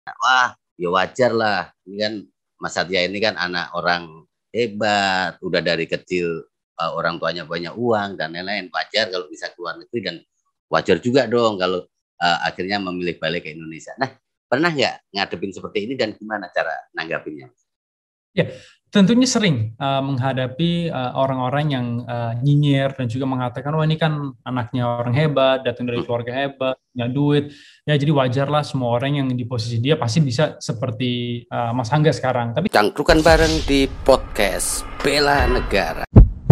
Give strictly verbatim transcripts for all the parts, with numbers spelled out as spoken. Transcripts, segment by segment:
Wah, ya wajar lah. Ini kan Mas Satya ini kan anak orang hebat, udah dari kecil uh, orang tuanya banyak uang dan lain-lain. Wajar kalau bisa keluar negeri dan wajar juga dong kalau uh, akhirnya memilih balik ke Indonesia. Nah, pernah nggak ngadepin seperti ini dan gimana cara nanggapinnya? Ya, tentunya sering uh, menghadapi uh, orang-orang yang uh, nyinyir dan juga mengatakan, wah ini kan anaknya orang hebat, datang dari Hmm. keluarga hebat, punya duit. Ya, jadi wajarlah semua orang yang di posisi dia pasti bisa seperti uh, Mas Angga sekarang. Tapi Cangkrukan bareng di podcast Bela Negara.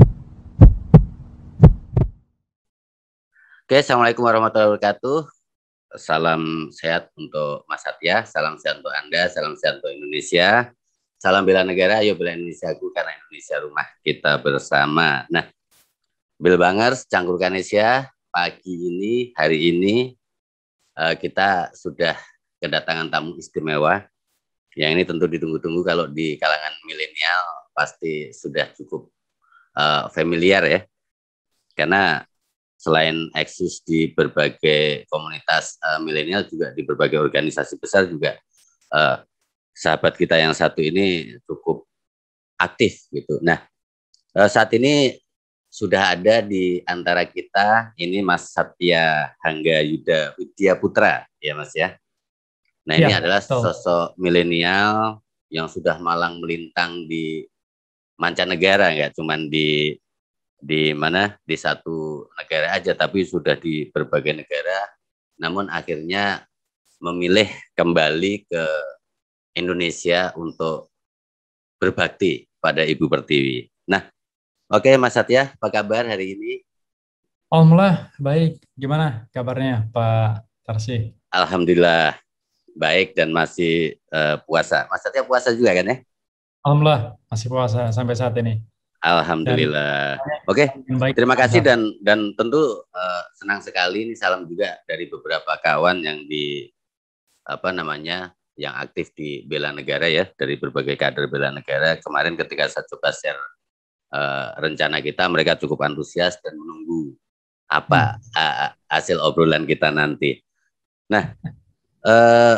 Oke, Assalamualaikum warahmatullahi wabarakatuh. Salam sehat untuk Mas Satya, salam sehat untuk Anda, salam sehat untuk Indonesia. Salam bela negara, ayo bela Indonesiaku karena Indonesia rumah kita bersama. Nah, Bilbangers, Cangkrukan Asia, pagi ini, hari ini eh, kita sudah kedatangan tamu istimewa. Yang ini tentu ditunggu-tunggu kalau di kalangan milenial pasti sudah cukup eh, familiar ya. Karena selain eksis di berbagai komunitas uh, milenial juga di berbagai organisasi besar juga uh, sahabat kita yang satu ini cukup aktif gitu. Nah, uh, saat ini sudah ada di antara kita ini Mas Satya Hangga Yuda Widya Putra ya Mas ya. Nah, ini ya, adalah betul. sosok milenial yang sudah malang melintang di mancanegara, nggak cuma di di mana di satu negara aja tapi sudah di berbagai negara, namun akhirnya memilih kembali ke Indonesia untuk berbakti pada Ibu Pertiwi. Nah, oke okay, Mas Satya, apa kabar hari ini? Alhamdulillah, baik. Gimana kabarnya Pak Tarsi? Alhamdulillah baik dan masih uh, puasa. Mas Satya puasa juga kan ya? Alhamdulillah, masih puasa sampai saat ini. Dan Alhamdulillah. Oke, okay, yang baik terima kasih lancar. dan dan tentu uh, senang sekali ini salam juga dari beberapa kawan yang di apa namanya yang aktif di bela negara ya dari berbagai kader bela negara. Kemarin ketika saya coba share uh, rencana kita, mereka cukup antusias dan menunggu apa Hmm. uh, hasil obrolan kita nanti. Nah, uh,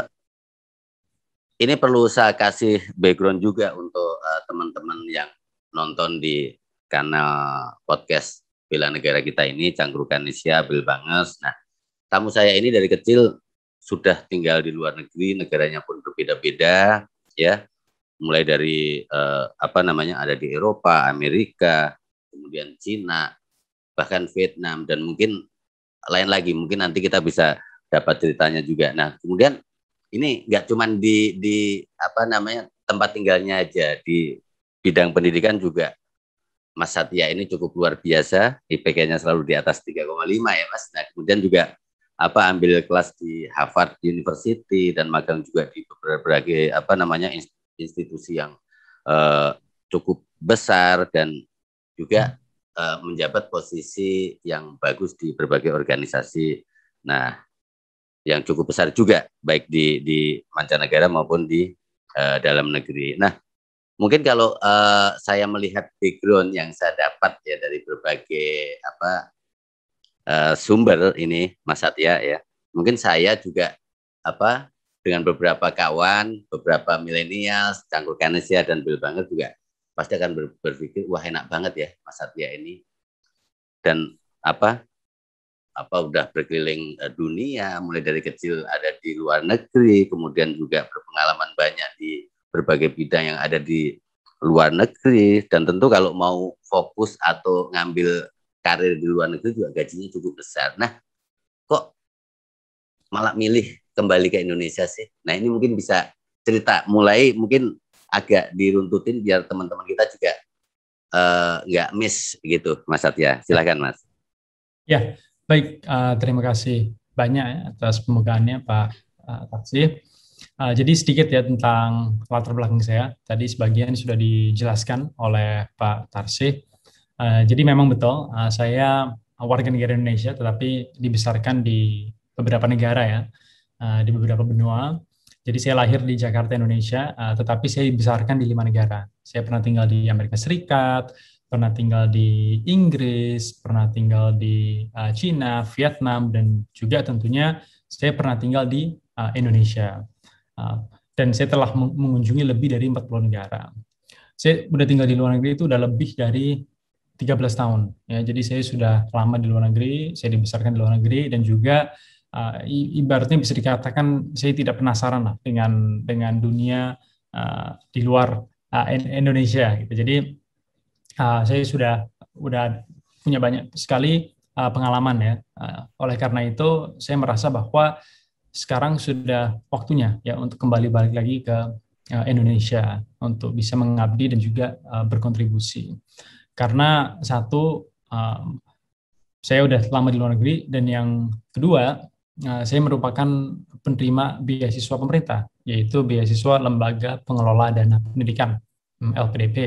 ini perlu saya kasih background juga untuk uh, teman-teman yang nonton di kanal podcast bela negara kita ini, Cangkrukan Asia, Bilbangers. Nah, tamu saya ini dari kecil sudah tinggal di luar negeri, negaranya pun berbeda-beda, ya. Mulai dari eh, apa namanya ada di Eropa, Amerika, kemudian Cina, bahkan Vietnam dan mungkin lain lagi. Mungkin nanti kita bisa dapat ceritanya juga. Nah, kemudian ini nggak cuma di di apa namanya tempat tinggalnya aja, di bidang pendidikan juga Mas Satya ini cukup luar biasa, I P K-nya selalu di atas tiga koma lima ya Mas. Nah, kemudian juga apa ambil kelas di Harvard University dan magang juga di berbagai apa namanya institusi yang uh, cukup besar dan juga uh, menjabat posisi yang bagus di berbagai organisasi. Nah, yang cukup besar juga baik di di mancanegara maupun di uh, dalam negeri. Nah, mungkin kalau uh, saya melihat background yang saya dapat ya dari berbagai apa uh, sumber ini Mas Satya ya. Mungkin saya juga apa dengan beberapa kawan, beberapa milenial, Cangkul Kanesia dan Bill Banget juga pasti akan ber, berpikir wah enak banget ya Mas Satya ini dan apa apa udah berkeliling uh, dunia mulai dari kecil ada di luar negeri kemudian juga berpengalaman banyak di berbagai bidang yang ada di luar negeri dan tentu kalau mau fokus atau ngambil karir di luar negeri juga gajinya cukup besar. Nah, kok malah milih kembali ke Indonesia sih? Nah, ini mungkin bisa cerita mulai mungkin agak diruntutin biar teman-teman kita juga eh, nggak uh, miss gitu, Mas Satya. Silakan, Mas. Ya, baik. Uh, terima kasih banyak ya atas pembukaannya Pak uh, Taksi. Uh, jadi sedikit ya tentang latar belakang saya. Tadi sebagian sudah dijelaskan oleh Pak Tarsi. Uh, jadi memang betul, uh, saya warga negara Indonesia, tetapi dibesarkan di beberapa negara ya, uh, di beberapa benua. Jadi saya lahir di Jakarta, Indonesia, uh, tetapi saya dibesarkan di lima negara. Saya pernah tinggal di Amerika Serikat, pernah tinggal di Inggris, pernah tinggal di uh, Cina, Vietnam, dan juga tentunya saya pernah tinggal di uh, Indonesia. Dan saya telah mengunjungi lebih dari empat puluh negara. Saya udah tinggal di luar negeri itu udah lebih dari tiga belas tahun. Ya, jadi saya sudah lama di luar negeri, saya dibesarkan di luar negeri, dan juga uh, ibaratnya bisa dikatakan saya tidak penasaran lah dengan dengan dunia uh, di luar uh, Indonesia. Gitu. Jadi uh, saya sudah udah punya banyak sekali uh, pengalaman ya. Uh, oleh karena itu saya merasa bahwa sekarang sudah waktunya ya untuk kembali balik lagi ke uh, Indonesia untuk bisa mengabdi dan juga uh, berkontribusi. Karena satu, um, saya udah lama di luar negeri, dan yang kedua, uh, saya merupakan penerima beasiswa pemerintah, yaitu beasiswa Lembaga Pengelola Dana Pendidikan L P D P.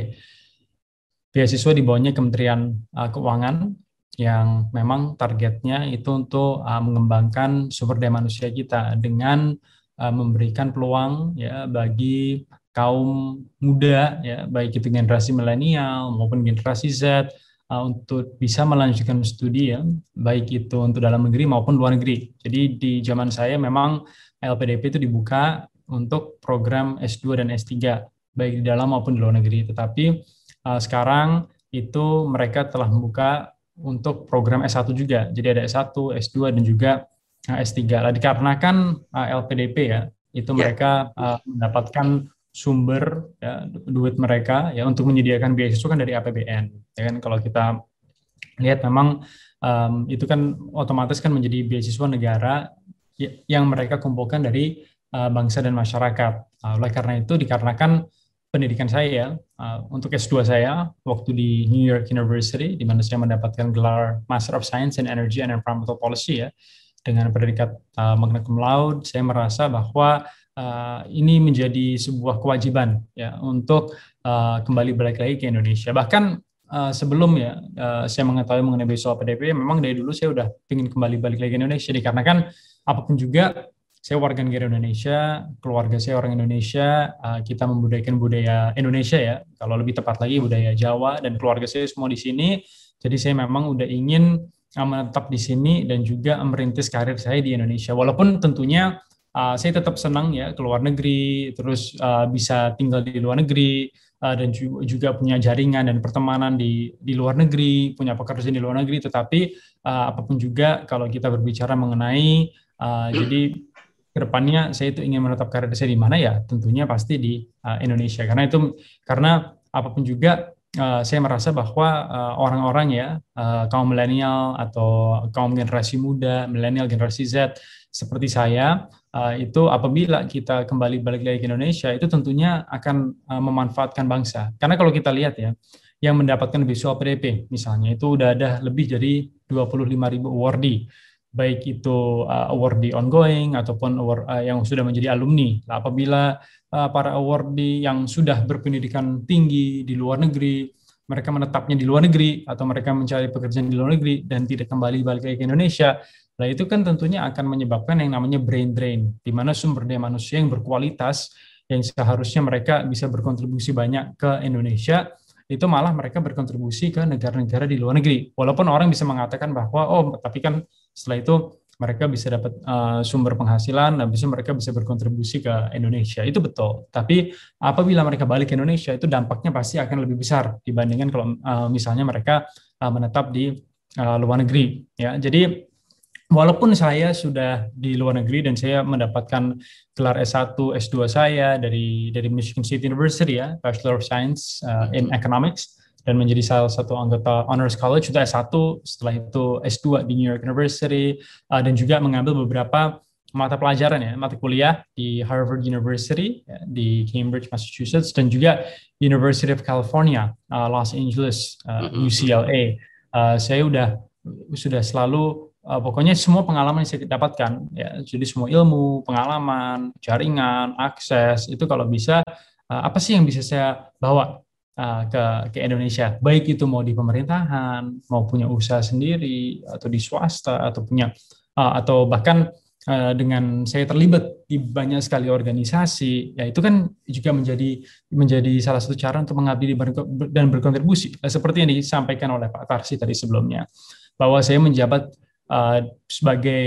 Beasiswa di bawahnya Kementerian uh, Keuangan, yang memang targetnya itu untuk uh, mengembangkan sumber daya manusia kita dengan uh, memberikan peluang ya bagi kaum muda ya, baik itu generasi milenial maupun generasi Z, uh, untuk bisa melanjutkan studi ya, baik itu untuk dalam negeri maupun luar negeri. Jadi di zaman saya memang L P D P itu dibuka untuk program S dua dan S tiga baik di dalam maupun di luar negeri. Tetapi uh, sekarang itu mereka telah membuka untuk program S satu juga. Jadi ada S satu, S dua, dan juga uh, S tiga. Lah, dikarenakan uh, L P D P ya, itu yeah. mereka uh, mendapatkan sumber ya, duit mereka ya untuk menyediakan beasiswa kan dari A P B N. Ya kan, kalau kita lihat memang um, itu kan otomatis kan menjadi beasiswa negara yang mereka kumpulkan dari uh, bangsa dan masyarakat. Uh, oleh karena itu, dikarenakan pendidikan saya uh, untuk S dua saya waktu di New York University, di mana saya mendapatkan gelar Master of Science in Energy and Environmental Policy ya, dengan predikat uh, magna cum laude, saya merasa bahwa uh, ini menjadi sebuah kewajiban ya untuk uh, kembali balik lagi ke Indonesia. Bahkan uh, sebelum ya uh, saya mengetahui mengenai beasiswa P D P, memang dari dulu saya udah ingin kembali balik lagi ke Indonesia, dikarenakan apapun juga saya warga negara Indonesia, keluarga saya orang Indonesia, kita membudayakan budaya Indonesia ya, kalau lebih tepat lagi budaya Jawa, dan keluarga saya semua di sini. Jadi saya memang udah ingin menetap di sini dan juga merintis karir saya di Indonesia. Walaupun tentunya uh, saya tetap senang ya ke luar negeri, terus uh, bisa tinggal di luar negeri, uh, dan juga, juga punya jaringan dan pertemanan di di luar negeri, punya pekerjaan di luar negeri. Tetapi uh, apapun juga kalau kita berbicara mengenai uh, jadi kedepannya saya itu ingin menetap karir saya di mana ya, tentunya pasti di uh, Indonesia. Karena itu karena apapun juga uh, saya merasa bahwa uh, orang-orang ya uh, kaum milenial atau kaum generasi muda, milenial generasi Z seperti saya uh, itu apabila kita kembali balik lagi ke Indonesia itu tentunya akan uh, memanfaatkan bangsa. Karena kalau kita lihat ya, yang mendapatkan beasiswa P D P misalnya itu udah ada lebih dari dua puluh lima ribu awardee, baik itu uh, awardee ongoing ataupun award, uh, yang sudah menjadi alumni. Nah, apabila uh, para awardee yang sudah berpendidikan tinggi di luar negeri, mereka menetapnya di luar negeri atau mereka mencari pekerjaan di luar negeri dan tidak kembali balik lagi ke Indonesia, nah itu kan tentunya akan menyebabkan yang namanya brain drain, di mana sumber daya manusia yang berkualitas yang seharusnya mereka bisa berkontribusi banyak ke Indonesia, itu malah mereka berkontribusi ke negara-negara di luar negeri. Walaupun orang bisa mengatakan bahwa, oh tapi kan setelah itu mereka bisa dapat uh, sumber penghasilan, habis itu mereka bisa berkontribusi ke Indonesia. Itu betul. Tapi apabila mereka balik ke Indonesia, itu dampaknya pasti akan lebih besar dibandingkan kalau uh, misalnya mereka uh, menetap di uh, luar negeri. Ya, jadi walaupun saya sudah di luar negeri dan saya mendapatkan gelar S satu, S dua saya dari dari Michigan State University ya, Bachelor of Science uh, in Economics, dan menjadi salah satu anggota Honors College itu S satu, setelah itu S dua di New York University, uh, dan juga mengambil beberapa mata pelajaran ya, mata kuliah di Harvard University, ya, di Cambridge, Massachusetts, dan juga University of California, uh, Los Angeles, uh, U C L A. Uh, saya udah sudah selalu uh, pokoknya semua pengalaman yang saya dapatkan ya, jadi semua ilmu, pengalaman, jaringan, akses itu kalau bisa uh, apa sih yang bisa saya bawa Uh, ke ke Indonesia, baik itu mau di pemerintahan, mau punya usaha sendiri atau di swasta atau punya uh, atau bahkan uh, dengan saya terlibat di banyak sekali organisasi, ya itu kan juga menjadi menjadi salah satu cara untuk mengabdi dan berkontribusi. Nah, seperti yang disampaikan oleh Pak Tarsi tadi sebelumnya, bahwa saya menjabat uh, sebagai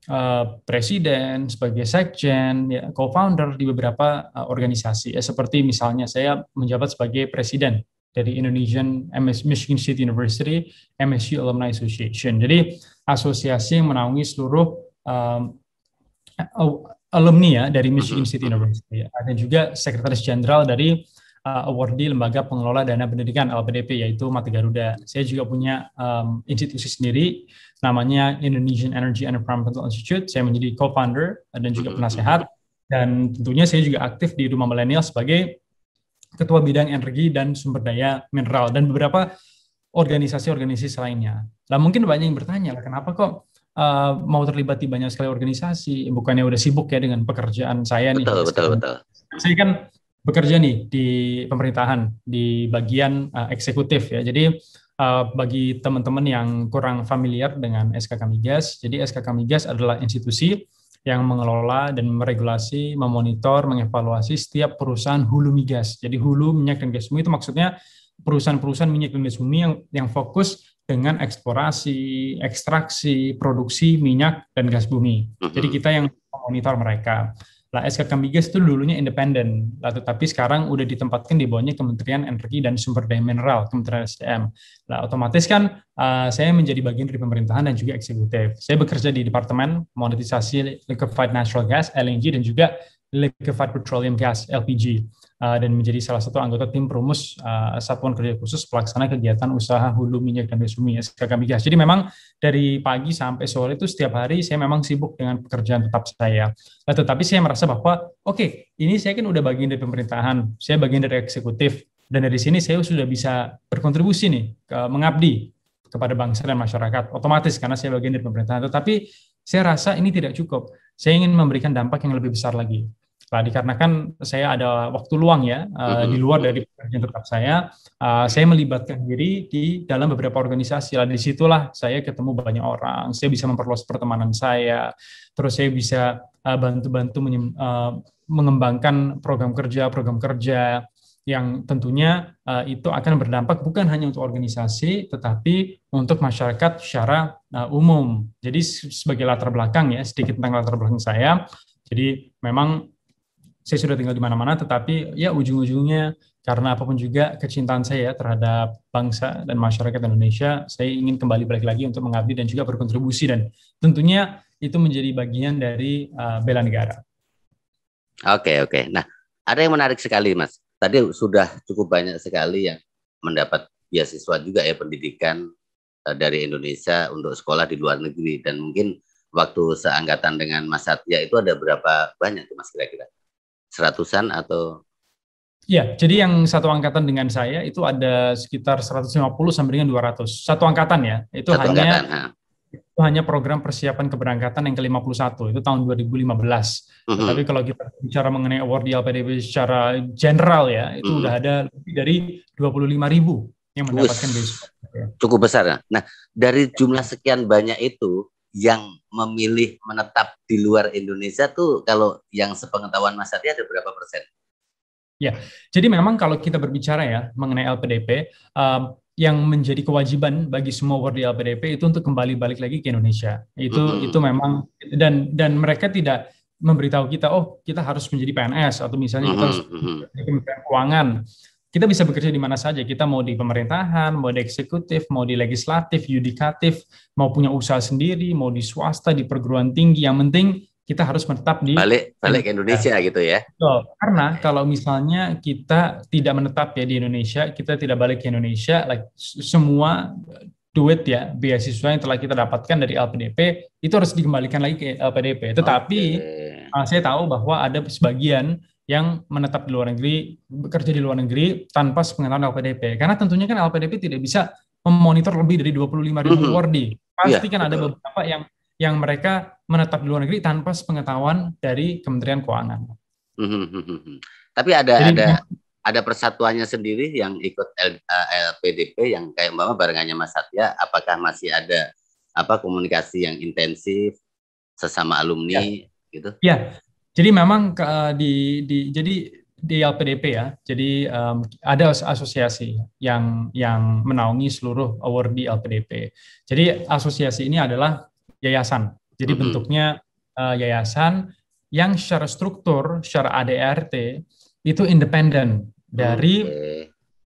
uh, presiden, sebagai sekjen, ya, co-founder di beberapa uh, organisasi. Ya, seperti misalnya saya menjabat sebagai presiden dari Indonesian M S, Michigan State University M S U Alumni Association. Jadi asosiasi yang menaungi seluruh um, alumni ya dari Michigan State University. Ada juga sekretaris jenderal dari uh, awardee Lembaga Pengelola Dana Pendidikan L P D P, yaitu Mata Garuda. Saya juga punya um, institusi sendiri namanya Indonesian Energy and Environmental Institute. Saya menjadi co-founder dan juga penasehat, dan tentunya saya juga aktif di Rumah Milenial sebagai ketua bidang energi dan sumber daya mineral dan beberapa organisasi-organisasi lainnya. Nah, mungkin banyak yang bertanya, kenapa kok uh, mau terlibat di banyak sekali organisasi? Bukannya udah sibuk ya dengan pekerjaan saya nih? Betul, betul, betul. Saya kan bekerja nih di pemerintahan, di bagian uh, eksekutif ya. Jadi uh, bagi teman-teman yang kurang familiar dengan S K K Migas, jadi S K K Migas adalah institusi yang mengelola dan meregulasi, memonitor, mengevaluasi setiap perusahaan hulu migas. Jadi hulu minyak dan gas bumi itu maksudnya perusahaan-perusahaan minyak dan gas bumi yang, yang fokus dengan eksplorasi, ekstraksi, produksi minyak dan gas bumi. Jadi kita yang memonitor mereka. Nah, S K K Migas itu dulunya independen, tetapi sekarang udah ditempatkan di bawahnya Kementerian Energi dan Sumber Daya Mineral, Kementerian S D M. Nah, otomatis kan uh, saya menjadi bagian dari pemerintahan dan juga eksekutif. Saya bekerja di Departemen Monetisasi Liquefied Natural Gas, L N G, dan juga Liquefied Petroleum Gas, L P G, uh, dan menjadi salah satu anggota tim perumus uh, Satuan Kerja Khusus Pelaksana Kegiatan Usaha Hulu Minyak dan Gas Bumi S K K Migas. Jadi memang dari pagi sampai sore itu setiap hari saya memang sibuk dengan pekerjaan tetap saya. Nah, tetapi saya merasa bahwa oke, okay, ini saya kan udah bagian dari pemerintahan, saya bagian dari eksekutif, dan dari sini saya sudah bisa berkontribusi nih, ke, mengabdi kepada bangsa dan masyarakat. Otomatis karena saya bagian dari pemerintahan. Tetapi saya rasa ini tidak cukup. Saya ingin memberikan dampak yang lebih besar lagi. Nah, dikarenakan saya ada waktu luang ya, uh, di luar dari pekerjaan tetap saya, uh, saya melibatkan diri di dalam beberapa organisasi. Lah, disitulah saya ketemu banyak orang, saya bisa memperluas pertemanan saya, terus saya bisa uh, bantu-bantu menyem, uh, mengembangkan program kerja, program kerja yang tentunya uh, itu akan berdampak bukan hanya untuk organisasi, tetapi untuk masyarakat secara uh, umum. Jadi sebagai latar belakang ya, sedikit tentang latar belakang saya. Jadi memang saya sudah tinggal di mana-mana, tetapi ya ujung-ujungnya karena apapun juga kecintaan saya terhadap bangsa dan masyarakat Indonesia, saya ingin kembali balik lagi untuk mengabdi dan juga berkontribusi, dan tentunya itu menjadi bagian dari uh, bela negara. Oke, oke. Nah, ada yang menarik sekali, Mas. Tadi sudah cukup banyak sekali yang mendapat beasiswa juga ya, pendidikan uh, dari Indonesia untuk sekolah di luar negeri, dan mungkin waktu seangkatan dengan Mas Satya itu ada berapa banyak tuh, Mas, kira-kira? Seratusan atau? Ya, jadi yang satu angkatan dengan saya itu ada sekitar seratus lima puluh sampai dengan dua ratus. Satu angkatan ya, itu satu hanya angkatan, itu hanya program persiapan keberangkatan yang ke lima puluh satu, itu tahun dua ribu lima belas. Uh-huh. Tapi kalau kita bicara mengenai award di L P D P secara general ya, itu uh-huh. udah ada lebih dari dua puluh lima ribu yang mendapatkan beasiswa. Cukup besar ya. Nah, dari jumlah sekian banyak itu, yang memilih menetap di luar Indonesia tuh kalau yang sepengetahuan Mas Satya ada berapa persen? Ya, jadi memang kalau kita berbicara ya mengenai L P D P, um, yang menjadi kewajiban bagi semua award di L P D P itu untuk kembali balik lagi ke Indonesia. Itu mm-hmm. itu memang, dan dan mereka tidak memberitahu kita, oh kita harus menjadi P N S atau misalnya mm-hmm. kita harus menjadi Kementerian Keuangan. Kita bisa bekerja di mana saja, kita mau di pemerintahan, mau di eksekutif, mau di legislatif, yudikatif, mau punya usaha sendiri, mau di swasta, di perguruan tinggi, yang penting kita harus menetap di balik balik ke Indonesia gitu ya. So, karena kalau misalnya kita tidak menetap ya di Indonesia, kita tidak balik ke Indonesia, like semua duit ya, beasiswa yang telah kita dapatkan dari L P D P itu harus dikembalikan lagi ke L P D P. Tetapi okay. uh, saya tahu bahwa ada sebagian yang menetap di luar negeri, bekerja di luar negeri tanpa sepengetahuan L P D P. Karena tentunya kan L P D P tidak bisa memonitor lebih dari dua puluh lima ribu awardee. Pasti yeah, kan betul. Ada beberapa yang yang mereka menetap di luar negeri tanpa sepengetahuan dari Kementerian Keuangan. Mm-hmm. Tapi ada Jadi, ada ada persatuannya sendiri yang ikut L, uh, L P D P yang kayak umpama barengannya Mas Satya, apakah masih ada apa komunikasi yang intensif sesama alumni ya. gitu? Ya. Jadi memang uh, di, di jadi di L P D P ya, jadi um, ada asosiasi yang yang menaungi seluruh award di L P D P. Jadi asosiasi ini adalah yayasan. Jadi Mhm. bentuknya uh, yayasan yang secara struktur, secara A D R T itu independen dari Oke.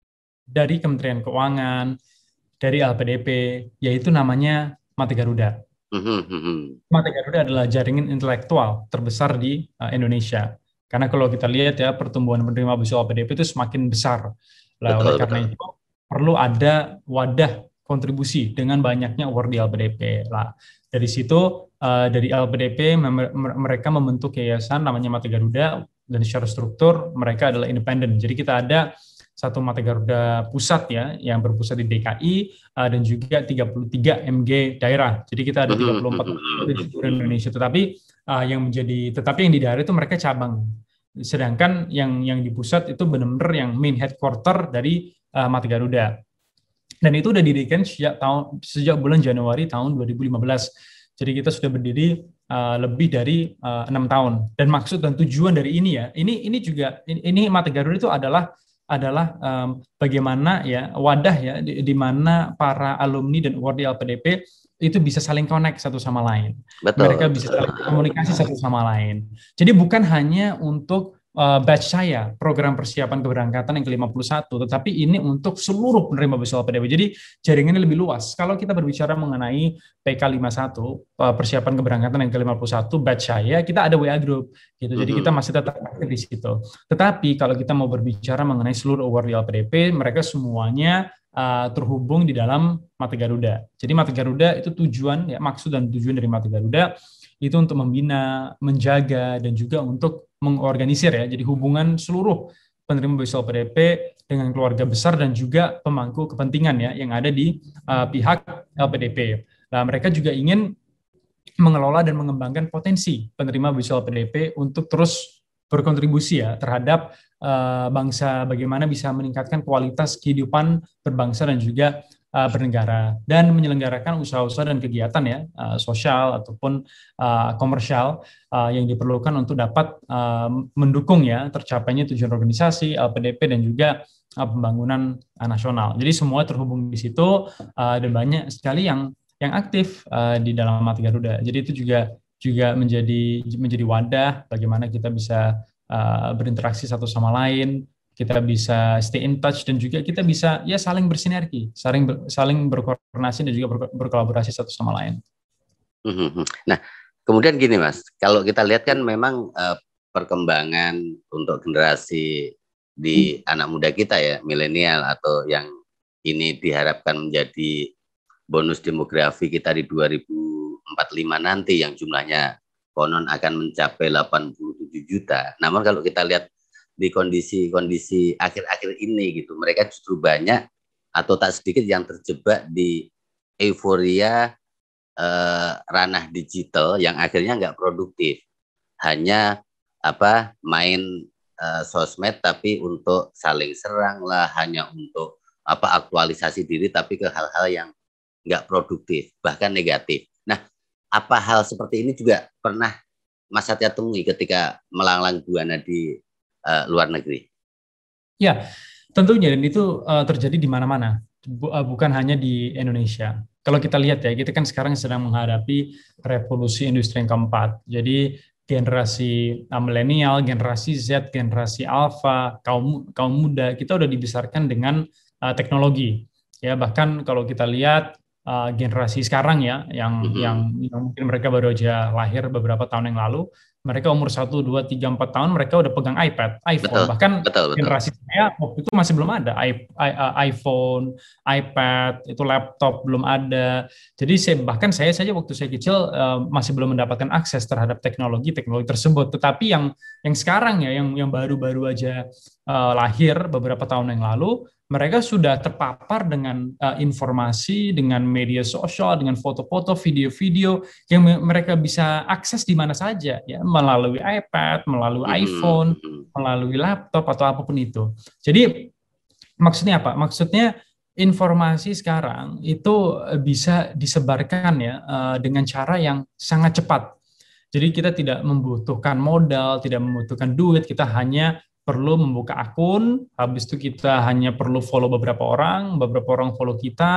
dari Kementerian Keuangan, dari L P D P, yaitu namanya Mata Garuda. Mhm, mhm. Mata Garuda adalah jaringan intelektual terbesar di uh, Indonesia. Karena kalau kita lihat ya, pertumbuhan penerima beasiswa L P D P itu semakin besar. Lah, oleh Betul, karena betul. itu perlu ada wadah kontribusi dengan banyaknya award di L P D P. Lah, dari situ uh, dari L P D P mem- mereka membentuk yayasan namanya Mata Garuda, dan secara struktur mereka adalah independen. Jadi kita ada satu Mata Garuda pusat ya, yang berpusat di D K I, uh, dan juga tiga puluh tiga M G daerah. Jadi kita ada tiga Mhm, puluh empat mhm. di seluruh Indonesia. Tetapi uh, yang menjadi tetapi yang di daerah itu mereka cabang. Sedangkan yang yang di pusat itu benar-benar yang main headquarter dari uh, Mata Garuda. Dan itu udah didirikan sejak tahun sejak bulan Januari tahun dua ribu lima belas. Jadi kita sudah berdiri uh, lebih dari uh, enam tahun. Dan maksud dan tujuan dari ini ya, ini ini juga ini, ini Mata Garuda itu adalah adalah um, bagaimana ya wadah ya di, di mana para alumni dan award di L P D P itu bisa saling connect satu sama lain. Mereka Betul, bisa betul. saling komunikasi satu sama lain. Jadi bukan hanya untuk uh, batch saya, program persiapan keberangkatan yang ke lima puluh satu, tetapi ini untuk seluruh penerima beasiswa L P D P. Jadi jaringannya lebih luas. Kalau kita berbicara mengenai P K lima puluh satu, uh, persiapan keberangkatan yang ke lima puluh satu batch saya, kita ada W A group gitu. Jadi kita Mhm. masih tetap aktif di situ. Tetapi kalau kita mau berbicara mengenai seluruh award di L P D P, mereka semuanya uh, terhubung di dalam Mata Garuda. Jadi Mata Garuda itu tujuan, ya maksud dan tujuan dari Mata Garuda itu untuk membina, menjaga, dan juga untuk mengorganisir ya. Jadi hubungan seluruh penerima beasiswa L P D P dengan keluarga besar dan juga pemangku kepentingan ya yang ada di uh, pihak L P D P. Nah, mereka juga ingin mengelola dan mengembangkan potensi penerima beasiswa L P D P untuk terus berkontribusi ya terhadap uh, bangsa, bagaimana bisa meningkatkan kualitas kehidupan berbangsa dan juga uh, bernegara, dan menyelenggarakan usaha-usaha dan kegiatan ya uh, sosial ataupun uh, komersial uh, yang diperlukan untuk dapat uh, mendukung ya tercapainya tujuan organisasi L P D P dan juga uh, pembangunan uh, nasional. Jadi semua terhubung di situ, uh, dan banyak sekali yang yang aktif uh, di dalam Mata Garuda. Jadi itu juga juga menjadi menjadi wadah bagaimana kita bisa uh, berinteraksi satu sama lain, kita bisa stay in touch, dan juga kita bisa ya saling bersinergi, saling ber, saling berkoordinasi dan juga ber, berkolaborasi satu sama lain. Mhm. Nah, kemudian gini Mas, kalau kita lihat kan memang uh, perkembangan untuk generasi di anak muda kita ya, milenial atau yang ini diharapkan menjadi bonus demografi kita di dua ribu empat puluh lima nanti yang jumlahnya konon akan mencapai delapan puluh tujuh juta. Namun kalau kita lihat di kondisi-kondisi akhir-akhir ini gitu, mereka justru banyak atau tak sedikit yang terjebak di euforia eh, ranah digital yang akhirnya nggak produktif, hanya apa main eh, sosmed tapi untuk saling serang lah, hanya untuk apa aktualisasi diri tapi ke hal-hal yang nggak produktif, bahkan negatif. Nah, apa hal seperti ini juga pernah Mas Satya temui ketika melanglang buana di uh, luar negeri? Ya, tentunya, dan itu uh, terjadi di mana-mana, bukan hanya di Indonesia. Kalau kita lihat ya, kita kan sekarang sedang menghadapi revolusi industri yang keempat. Jadi generasi uh, milenial, generasi Z, generasi alpha, kaum kaum muda, kita udah dibesarkan dengan uh, teknologi. Ya, bahkan kalau kita lihat uh, generasi sekarang ya, yang, Mm-hmm. yang yang mungkin mereka baru aja lahir beberapa tahun yang lalu, mereka umur satu, dua, tiga, empat tahun, mereka udah pegang iPad, iPhone. Betul, Bahkan betul, betul. generasi saya waktu itu masih belum ada iPhone, iPad, itu laptop belum ada. Jadi saya, bahkan saya saja waktu saya kecil uh, masih belum mendapatkan akses terhadap teknologi teknologi tersebut. Tetapi yang yang sekarang ya, yang yang baru-baru aja uh, lahir beberapa tahun yang lalu, mereka sudah terpapar dengan uh, informasi, dengan media sosial, dengan foto-foto, video-video yang mereka bisa akses di mana saja, ya, melalui iPad, melalui mm-hmm. iPhone, melalui laptop atau apapun itu. Jadi maksudnya apa? Maksudnya informasi sekarang itu bisa disebarkan ya uh, dengan cara yang sangat cepat. Jadi kita tidak membutuhkan modal, tidak membutuhkan duit, kita hanya perlu membuka akun, habis itu kita hanya perlu follow beberapa orang, beberapa orang follow kita,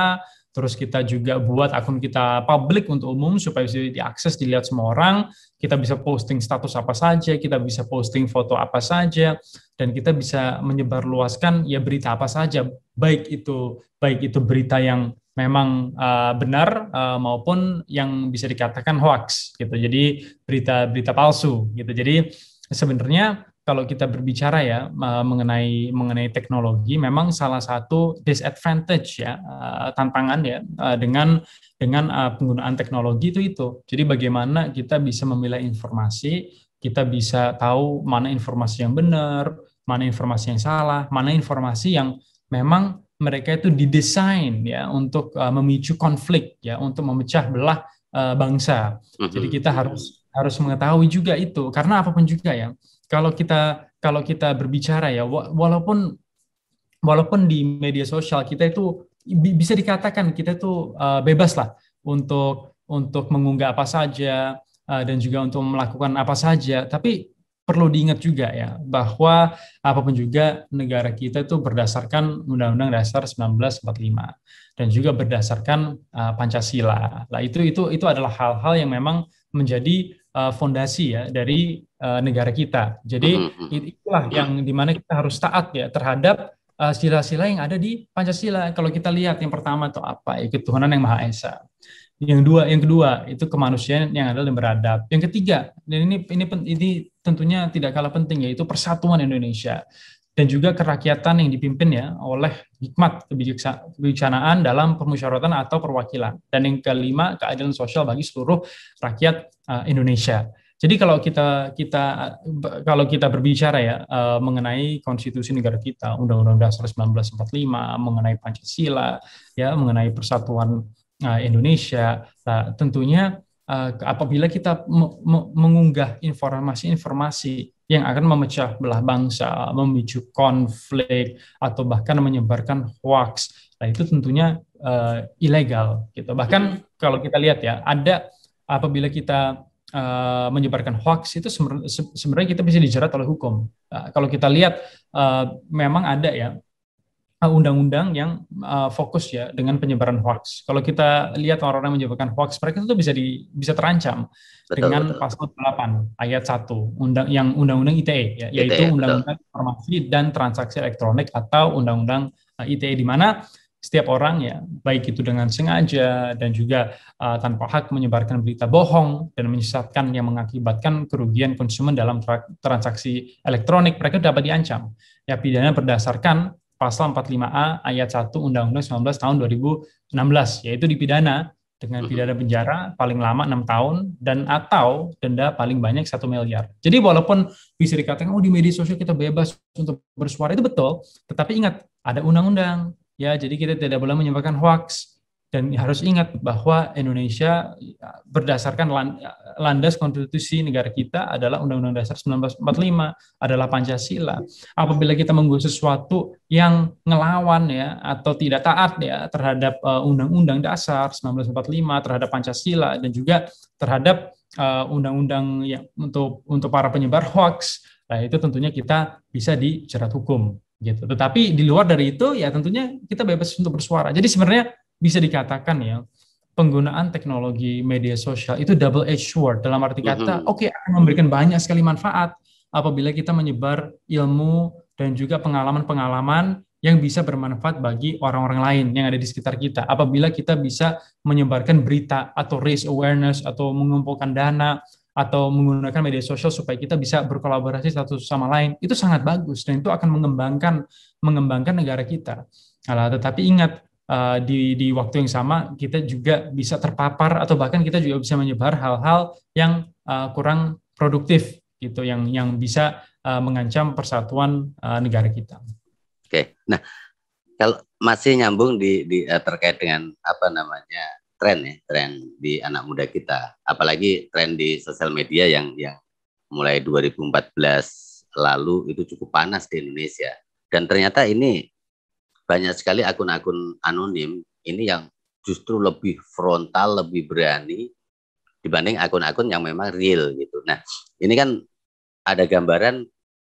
terus kita juga buat akun kita publik untuk umum supaya bisa diakses, dilihat semua orang, kita bisa posting status apa saja, kita bisa posting foto apa saja, dan kita bisa menyebarluaskan ya berita apa saja, baik itu baik itu berita yang memang uh, benar uh, maupun yang bisa dikatakan hoax gitu. Jadi berita-berita palsu gitu. Jadi sebenarnya kalau kita berbicara ya uh, mengenai mengenai teknologi, memang salah satu disadvantage ya uh, tantangan ya uh, dengan dengan uh, penggunaan teknologi itu itu. Jadi bagaimana kita bisa memilah informasi, kita bisa tahu mana informasi yang benar, mana informasi yang salah, mana informasi yang memang mereka itu didesain ya untuk uh, memicu konflik ya, untuk memecah belah uh, bangsa. Jadi kita harus harus mengetahui juga itu, karena apapun juga ya. Kalau kita kalau kita berbicara ya, walaupun walaupun di media sosial kita itu bisa dikatakan kita itu uh, bebas lah untuk untuk mengunggah apa saja uh, dan juga untuk melakukan apa saja, tapi perlu diingat juga ya bahwa apapun juga negara kita itu berdasarkan Undang-Undang Dasar seribu sembilan ratus empat puluh lima dan juga berdasarkan uh, Pancasila. Nah, itu itu itu adalah hal-hal yang memang menjadi uh, fondasi ya dari uh, negara kita. Jadi itulah yang dimana kita harus taat ya terhadap uh, sila-sila yang ada di Pancasila. Kalau kita lihat yang pertama itu apa? Ya, ketuhanan yang Maha Esa. Yang dua, yang kedua itu kemanusiaan yang adil dan beradab. Yang ketiga, dan ini ini ini tentunya tidak kalah penting, yaitu persatuan Indonesia dan juga kerakyatan yang dipimpin ya oleh hikmat kebijaksanaan dalam permusyawaratan atau perwakilan. Dan yang kelima, keadilan sosial bagi seluruh rakyat uh, Indonesia. Jadi kalau kita kita kalau kita berbicara ya uh, mengenai konstitusi negara kita, Undang-Undang Dasar seribu sembilan ratus empat puluh lima, mengenai Pancasila, ya mengenai persatuan Indonesia, nah, tentunya uh, apabila kita mengunggah informasi-informasi yang akan memecah belah bangsa, memicu konflik, atau bahkan menyebarkan hoax, nah itu tentunya uh, ilegal. Gitu. Bahkan kalau kita lihat ya, ada apabila kita uh, menyebarkan hoax itu sebenarnya kita bisa dijerat oleh hukum. Nah, kalau kita lihat uh, memang ada ya undang-undang yang uh, fokus ya dengan penyebaran hoax. Kalau kita lihat orang-orang menyebarkan hoax, mereka itu bisa di, bisa terancam betul, dengan betul. Pasal delapan ayat satu undang yang undang-undang I T E ya, yaitu Undang-Undang Informasi dan Transaksi Elektronik atau Undang-Undang uh, I T E, di mana setiap orang ya, baik itu dengan sengaja dan juga uh, tanpa hak menyebarkan berita bohong dan menyesatkan yang mengakibatkan kerugian konsumen dalam tra transaksi elektronik, mereka dapat diancam ya pidana berdasarkan Pasal empat puluh lima A ayat satu Undang-Undang sembilan belas tahun dua ribu enam belas, yaitu dipidana dengan pidana penjara paling lama enam tahun dan atau denda paling banyak satu miliar. Jadi walaupun bisa dikatakan oh di media sosial kita bebas untuk bersuara, itu betul, tetapi ingat ada undang-undang ya, jadi kita tidak boleh menyebarkan hoax. Dan harus ingat bahwa Indonesia berdasarkan landas konstitusi negara kita adalah Undang-Undang Dasar seribu sembilan ratus empat puluh lima, adalah Pancasila. Apabila kita mengganggu sesuatu yang ngelawan ya atau tidak taat ya terhadap uh, Undang-Undang Dasar seribu sembilan ratus empat puluh lima, terhadap Pancasila dan juga terhadap undang-undang uh, yang untuk untuk para penyebar hoax, nah itu tentunya kita bisa dijerat hukum gitu. Tetapi di luar dari itu ya tentunya kita bebas untuk bersuara. Jadi sebenarnya bisa dikatakan ya penggunaan teknologi media sosial itu double edged sword, dalam arti kata oke okay, akan memberikan banyak sekali manfaat apabila kita menyebar ilmu dan juga pengalaman-pengalaman yang bisa bermanfaat bagi orang-orang lain yang ada di sekitar kita. Apabila kita bisa menyebarkan berita atau raise awareness atau mengumpulkan dana atau menggunakan media sosial supaya kita bisa berkolaborasi satu sama lain, itu sangat bagus dan itu akan mengembangkan mengembangkan negara kita. Nah, tetapi ingat, Uh, di, di waktu yang sama kita juga bisa terpapar atau bahkan kita juga bisa menyebar hal-hal yang uh, kurang produktif gitu, yang yang bisa uh, mengancam persatuan uh, negara kita. Oke, nah kalau masih nyambung di, di uh, terkait dengan apa namanya tren ya, tren di anak muda kita, apalagi tren di sosial media yang yang mulai dua ribu empat belas lalu itu cukup panas di Indonesia, dan ternyata ini banyak sekali akun-akun anonim ini yang justru lebih frontal, lebih berani dibanding akun-akun yang memang real gitu. Nah, ini kan ada gambaran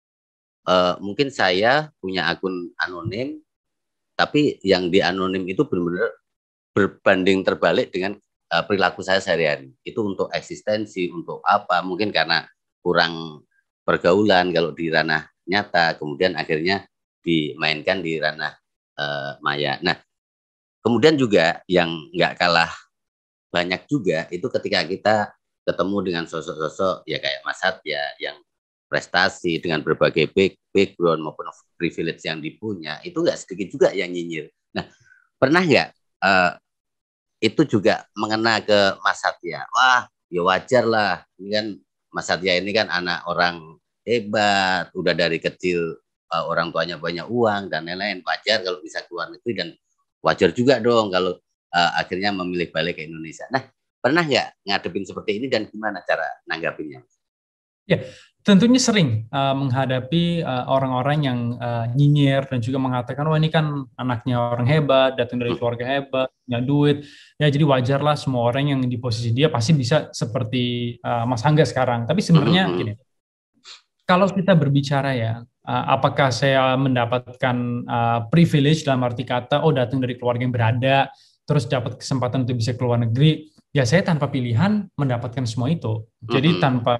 uh, mungkin saya punya akun anonim, tapi yang di anonim itu benar-benar berbanding terbalik dengan uh, perilaku saya sehari-hari. Itu untuk eksistensi, untuk apa? Mungkin karena kurang pergaulan kalau di ranah nyata, kemudian akhirnya dimainkan di ranah uh, maya. Nah, kemudian juga yang nggak kalah banyak juga itu ketika kita ketemu dengan sosok-sosok ya kayak Mas Satya yang prestasi dengan berbagai background maupun privilege yang dipunya, itu nggak sedikit juga yang nyinyir. Nah, pernah nggak uh, itu juga mengena ke Mas Satya? Wah, ya wajar lah. Ini kan Mas Satya ini kan anak orang hebat, udah dari kecil uh, orang tuanya banyak uang dan lain-lain. Wajar kalau bisa keluar negeri dan wajar juga dong kalau uh, akhirnya memilih balik ke Indonesia. Nah, pernah nggak ngadepin seperti ini dan gimana cara nanggapinnya? Ya, tentunya sering uh, menghadapi uh, orang-orang yang uh, nyinyir dan juga mengatakan, oh ini kan anaknya orang hebat, datang dari keluarga hebat, punya duit. Ya, jadi wajarlah semua orang yang di posisi dia pasti bisa seperti uh, Mas Angga sekarang. Tapi sebenarnya mm-hmm. gini, kalau kita berbicara ya, uh, apakah saya mendapatkan uh, privilege dalam arti kata, oh datang dari keluarga yang berada, terus dapat kesempatan untuk bisa keluar negeri, ya saya tanpa pilihan mendapatkan semua itu. Jadi mm-hmm. tanpa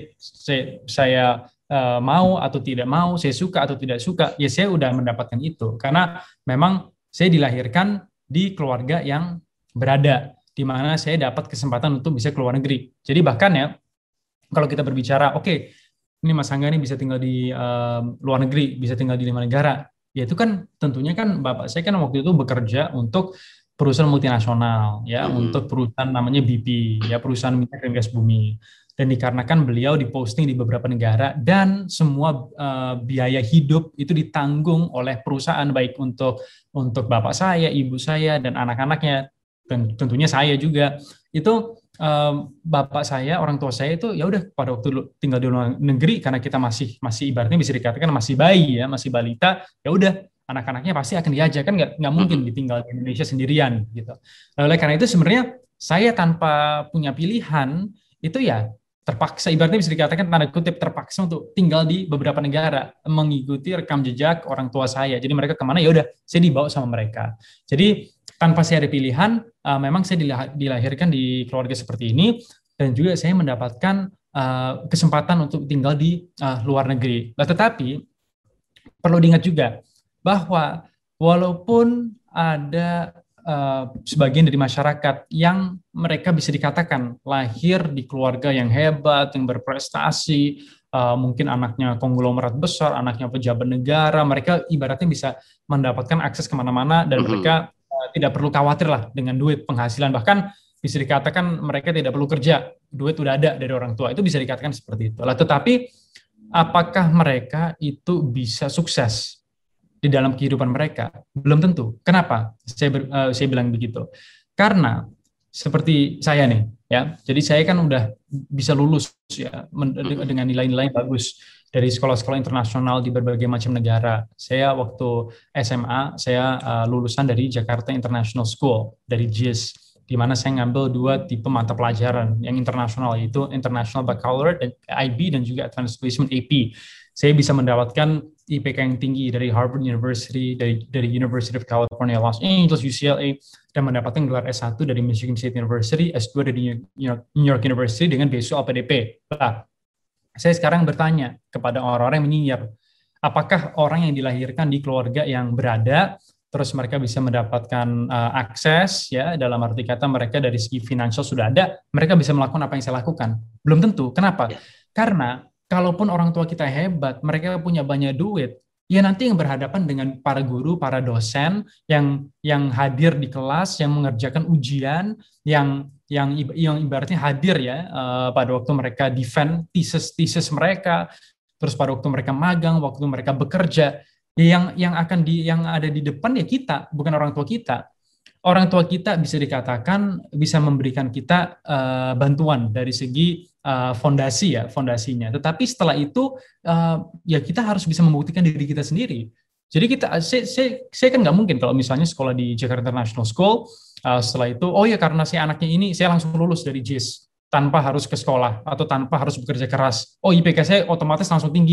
saya, saya uh, mau atau tidak mau, saya suka atau tidak suka, ya saya udah mendapatkan itu. Karena memang saya dilahirkan di keluarga yang berada, di mana saya dapat kesempatan untuk bisa keluar negeri. Jadi bahkan ya, kalau kita berbicara, oke, okay, ini Mas Angga ini bisa tinggal di uh, luar negeri, bisa tinggal di lima negara, ya itu kan tentunya kan Bapak saya kan waktu itu bekerja untuk perusahaan multinasional ya, hmm. untuk perusahaan namanya B P ya, perusahaan minyak dan gas bumi, dan dikarenakan beliau diposting di beberapa negara dan semua uh, biaya hidup itu ditanggung oleh perusahaan, baik untuk untuk bapak saya, ibu saya dan anak-anaknya, dan tentunya saya juga. Itu um, bapak saya, orang tua saya itu ya udah pada waktu tinggal di luar negeri, karena kita masih masih ibaratnya bisa dikatakan masih bayi ya, masih balita, ya udah anak-anaknya pasti akan diajak, kan nggak nggak mungkin ditinggal di Indonesia sendirian gitu. Oleh karena itu sebenarnya saya tanpa punya pilihan itu ya terpaksa, ibaratnya bisa dikatakan tanda kutip terpaksa untuk tinggal di beberapa negara, mengikuti rekam jejak orang tua saya. Jadi mereka kemana ya udah saya dibawa sama mereka. Jadi tanpa saya ada pilihan, uh, memang saya dilahirkan di keluarga seperti ini, dan juga saya mendapatkan uh, kesempatan untuk tinggal di uh, luar negeri. Nah, tetapi perlu diingat juga bahwa walaupun ada uh, sebagian dari masyarakat yang mereka bisa dikatakan lahir di keluarga yang hebat, yang berprestasi, uh, mungkin anaknya konglomerat besar, anaknya pejabat negara, mereka ibaratnya bisa mendapatkan akses kemana-mana dan mm-hmm. mereka uh, tidak perlu khawatir lah dengan duit penghasilan, bahkan bisa dikatakan mereka tidak perlu kerja, duit udah ada dari orang tua, itu bisa dikatakan seperti itu lah. Tetapi apakah mereka itu bisa sukses di dalam kehidupan mereka? Belum tentu. Kenapa? Saya ber, uh, saya bilang begitu. Karena seperti saya nih, ya. Jadi saya kan udah bisa lulus ya dengan nilai-nilai bagus dari sekolah-sekolah internasional di berbagai macam negara. Saya waktu S M A saya uh, lulusan dari Jakarta International School, dari J I S, di mana saya ngambil dua tipe mata pelajaran yang internasional, yaitu International Baccalaureate I B dan juga Advanced Placement A P. Saya bisa mendapatkan I P K yang tinggi dari Harvard University, dari dari University of California, Los Angeles, U C L A, dan mendapatkan gelar S satu dari Michigan State University, S dua dari New York University dengan beasiswa L P D P. Nah, saya sekarang bertanya kepada orang-orang yang menyinyir, apakah orang yang dilahirkan di keluarga yang berada, terus mereka bisa mendapatkan uh, akses, ya, dalam arti kata mereka dari segi finansial sudah ada, mereka bisa melakukan apa yang saya lakukan? Belum tentu. Kenapa? Ya. Karena kalaupun orang tua kita hebat, mereka punya banyak duit, ya nanti yang berhadapan dengan para guru, para dosen yang yang hadir di kelas, yang mengerjakan ujian, yang yang yang ibaratnya hadir ya uh, pada waktu mereka defend thesis-thesis mereka, terus pada waktu mereka magang, waktu mereka bekerja, ya yang yang akan di yang ada di depan ya kita, bukan orang tua kita. Orang tua kita bisa dikatakan bisa memberikan kita uh, bantuan dari segi uh, fondasi ya, fondasinya. Tetapi setelah itu uh, ya kita harus bisa membuktikan diri kita sendiri. Jadi kita, saya, saya, saya kan nggak mungkin kalau misalnya sekolah di Jakarta International School, uh, setelah itu, oh ya karena saya anaknya ini, saya langsung lulus dari J I S tanpa harus ke sekolah atau tanpa harus bekerja keras. Oh I P K saya otomatis langsung tinggi.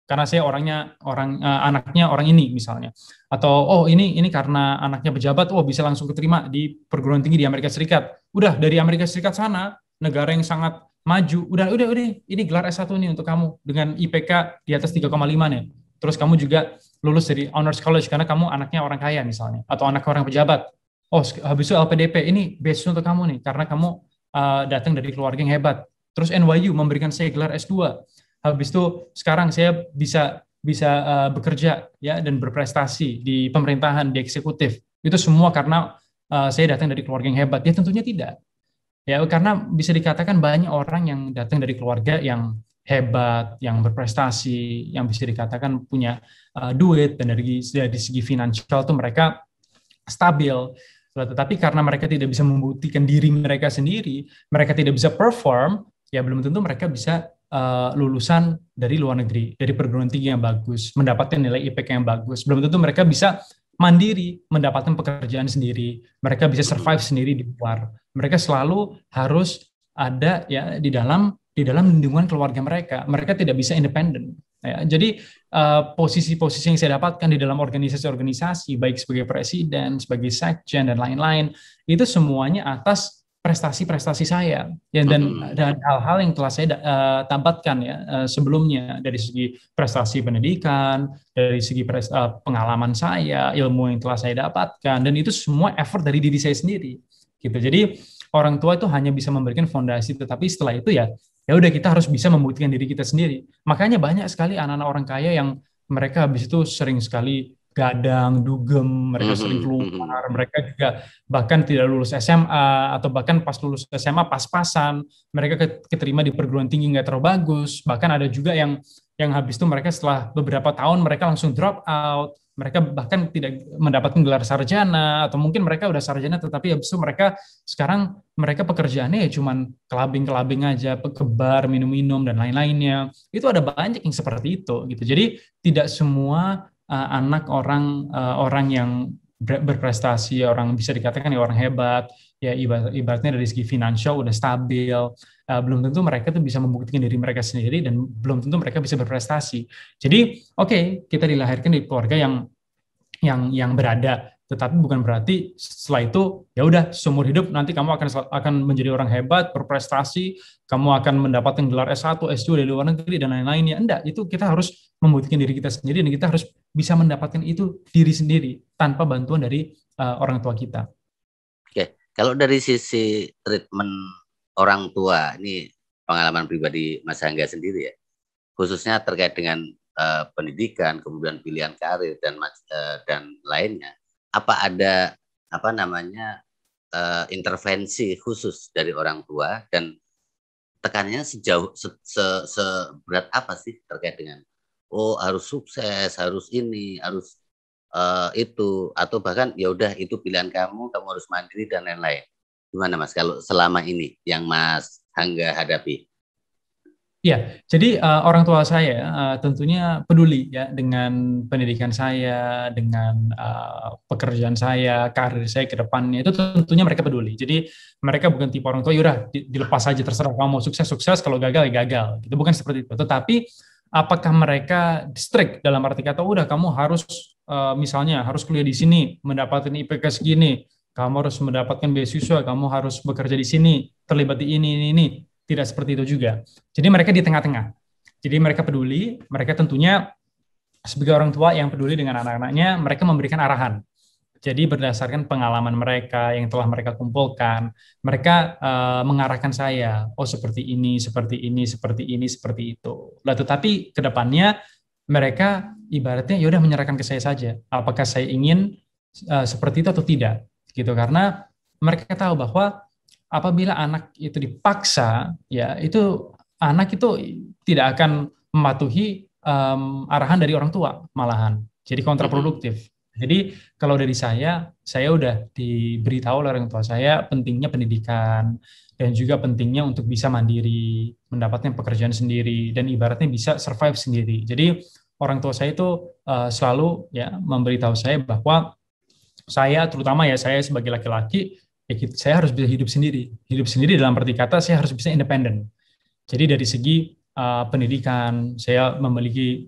karena saya orangnya orang uh, anaknya orang ini misalnya, atau oh ini ini karena anaknya pejabat, oh bisa langsung keterima di perguruan tinggi di Amerika Serikat. Udah dari Amerika Serikat sana, negara yang sangat maju, udah udah udah ini gelar S satu nih untuk kamu dengan I P K di atas tiga koma lima nih. Terus kamu juga lulus dari honors college karena kamu anaknya orang kaya misalnya, atau anak orang pejabat. Oh habis itu L P D P ini beasiswa untuk kamu nih karena kamu uh, datang dari keluarga yang hebat. Terus N Y U memberikan saya gelar S dua. Habis itu sekarang saya bisa bisa uh, bekerja ya dan berprestasi di pemerintahan, di eksekutif. Itu semua karena uh, saya datang dari keluarga yang hebat. Ya tentunya tidak. Ya karena bisa dikatakan banyak orang yang datang dari keluarga yang hebat, yang berprestasi, yang bisa dikatakan punya uh, duit dan dari dari segi finansial tuh mereka stabil. Tetapi karena mereka tidak bisa membuktikan diri mereka sendiri, mereka tidak bisa perform, ya belum tentu mereka bisa Uh, lulusan dari luar negeri, dari perguruan tinggi yang bagus, mendapatkan nilai I P K yang bagus. Belum tentu mereka bisa mandiri, mendapatkan pekerjaan sendiri. Mereka bisa survive sendiri di luar. Mereka selalu harus ada ya di dalam di dalam lingkungan keluarga mereka. Mereka tidak bisa independen. Ya, jadi uh, posisi-posisi yang saya dapatkan di dalam organisasi-organisasi, baik sebagai presiden, sebagai sekjen dan lain-lain, itu semuanya atas prestasi-prestasi saya ya, dan Mm-hmm. dan hal-hal yang telah saya uh, tampatkan ya uh, sebelumnya dari segi prestasi pendidikan, dari segi pres, uh, pengalaman saya, ilmu yang telah saya dapatkan, dan itu semua effort dari diri saya sendiri gitu. Jadi orang tua itu hanya bisa memberikan fondasi, tetapi setelah itu ya ya udah kita harus bisa membuktikan diri kita sendiri. Makanya banyak sekali anak-anak orang kaya yang mereka habis itu sering sekali gadang, dugem, mereka sering keluar, mereka juga bahkan tidak lulus S M A, atau bahkan pas lulus S M A pas-pasan, mereka keterima di perguruan tinggi nggak terlalu bagus, bahkan ada juga yang yang habis itu mereka setelah beberapa tahun mereka langsung drop out, mereka bahkan tidak mendapatkan gelar sarjana, atau mungkin mereka udah sarjana tetapi habis itu mereka sekarang mereka pekerjaannya ya cuman kelabing-kelabing aja, ke bar, minum-minum dan lain-lainnya. Itu ada banyak yang seperti itu gitu. Jadi tidak semua uh, anak orang uh, orang yang berprestasi, orang bisa dikatakan ya orang hebat, ya ibarat, ibaratnya dari segi finansial udah stabil, uh, belum tentu mereka tuh bisa membuktikan diri mereka sendiri dan belum tentu mereka bisa berprestasi. Jadi oke, okay, kita dilahirkan di keluarga yang yang yang berada, tetapi bukan berarti setelah itu ya udah seumur hidup nanti kamu akan akan menjadi orang hebat, berprestasi, kamu akan mendapatkan gelar S satu, S dua dari luar negeri dan lain-lainnya. Enggak, itu kita harus membuktikan diri kita sendiri dan kita harus bisa mendapatkan itu diri sendiri tanpa bantuan dari uh, orang tua kita. Oke, kalau dari sisi treatment orang tua, ini pengalaman pribadi Mas Angga sendiri ya, khususnya terkait dengan uh, pendidikan, kemudian pilihan karir dan uh, dan lainnya, apa ada apa namanya uh, intervensi khusus dari orang tua dan tekanannya sejauh se, se, seberat apa sih terkait dengan oh harus sukses, harus ini, harus uh, itu, atau bahkan ya udah itu pilihan kamu, kamu harus mandiri dan lain-lain. Gimana Mas kalau selama ini yang Mas Angga hadapi? Ya, jadi uh, orang tua saya uh, tentunya peduli ya dengan pendidikan saya, dengan uh, pekerjaan saya, karir saya ke depannya, itu tentunya mereka peduli. Jadi mereka bukan tipe orang tua, yaudah dilepas aja terserah kamu mau sukses sukses, kalau gagal ya gagal. Gitu bukan seperti itu. Tetapi apakah mereka strict dalam arti kata udah kamu harus uh, misalnya harus kuliah di sini, mendapatkan I P K segini, kamu harus mendapatkan beasiswa, kamu harus bekerja di sini, terlibat di ini ini ini. Tidak seperti itu juga. Jadi mereka di tengah-tengah. Jadi mereka peduli, mereka tentunya sebagai orang tua yang peduli dengan anak-anaknya, mereka memberikan arahan. Jadi berdasarkan pengalaman mereka yang telah mereka kumpulkan, mereka uh, mengarahkan saya, oh seperti ini, seperti ini, seperti ini, seperti itu. Lah tetapi ke depannya mereka ibaratnya ya udah menyerahkan ke saya saja, apakah saya ingin uh, seperti itu atau tidak, gitu. Karena mereka tahu bahwa apabila anak itu dipaksa, ya itu anak itu tidak akan mematuhi um, arahan dari orang tua, malahan jadi kontraproduktif. Jadi kalau dari saya, saya udah diberitahu oleh orang tua saya pentingnya pendidikan dan juga pentingnya untuk bisa mandiri, mendapatkan pekerjaan sendiri dan ibaratnya bisa survive sendiri. Jadi orang tua saya itu uh, selalu ya memberitahu saya bahwa saya, terutama ya saya sebagai laki-laki, ya saya harus bisa hidup sendiri. Hidup sendiri dalam arti kata saya harus bisa independen. Jadi dari segi uh, pendidikan, saya memiliki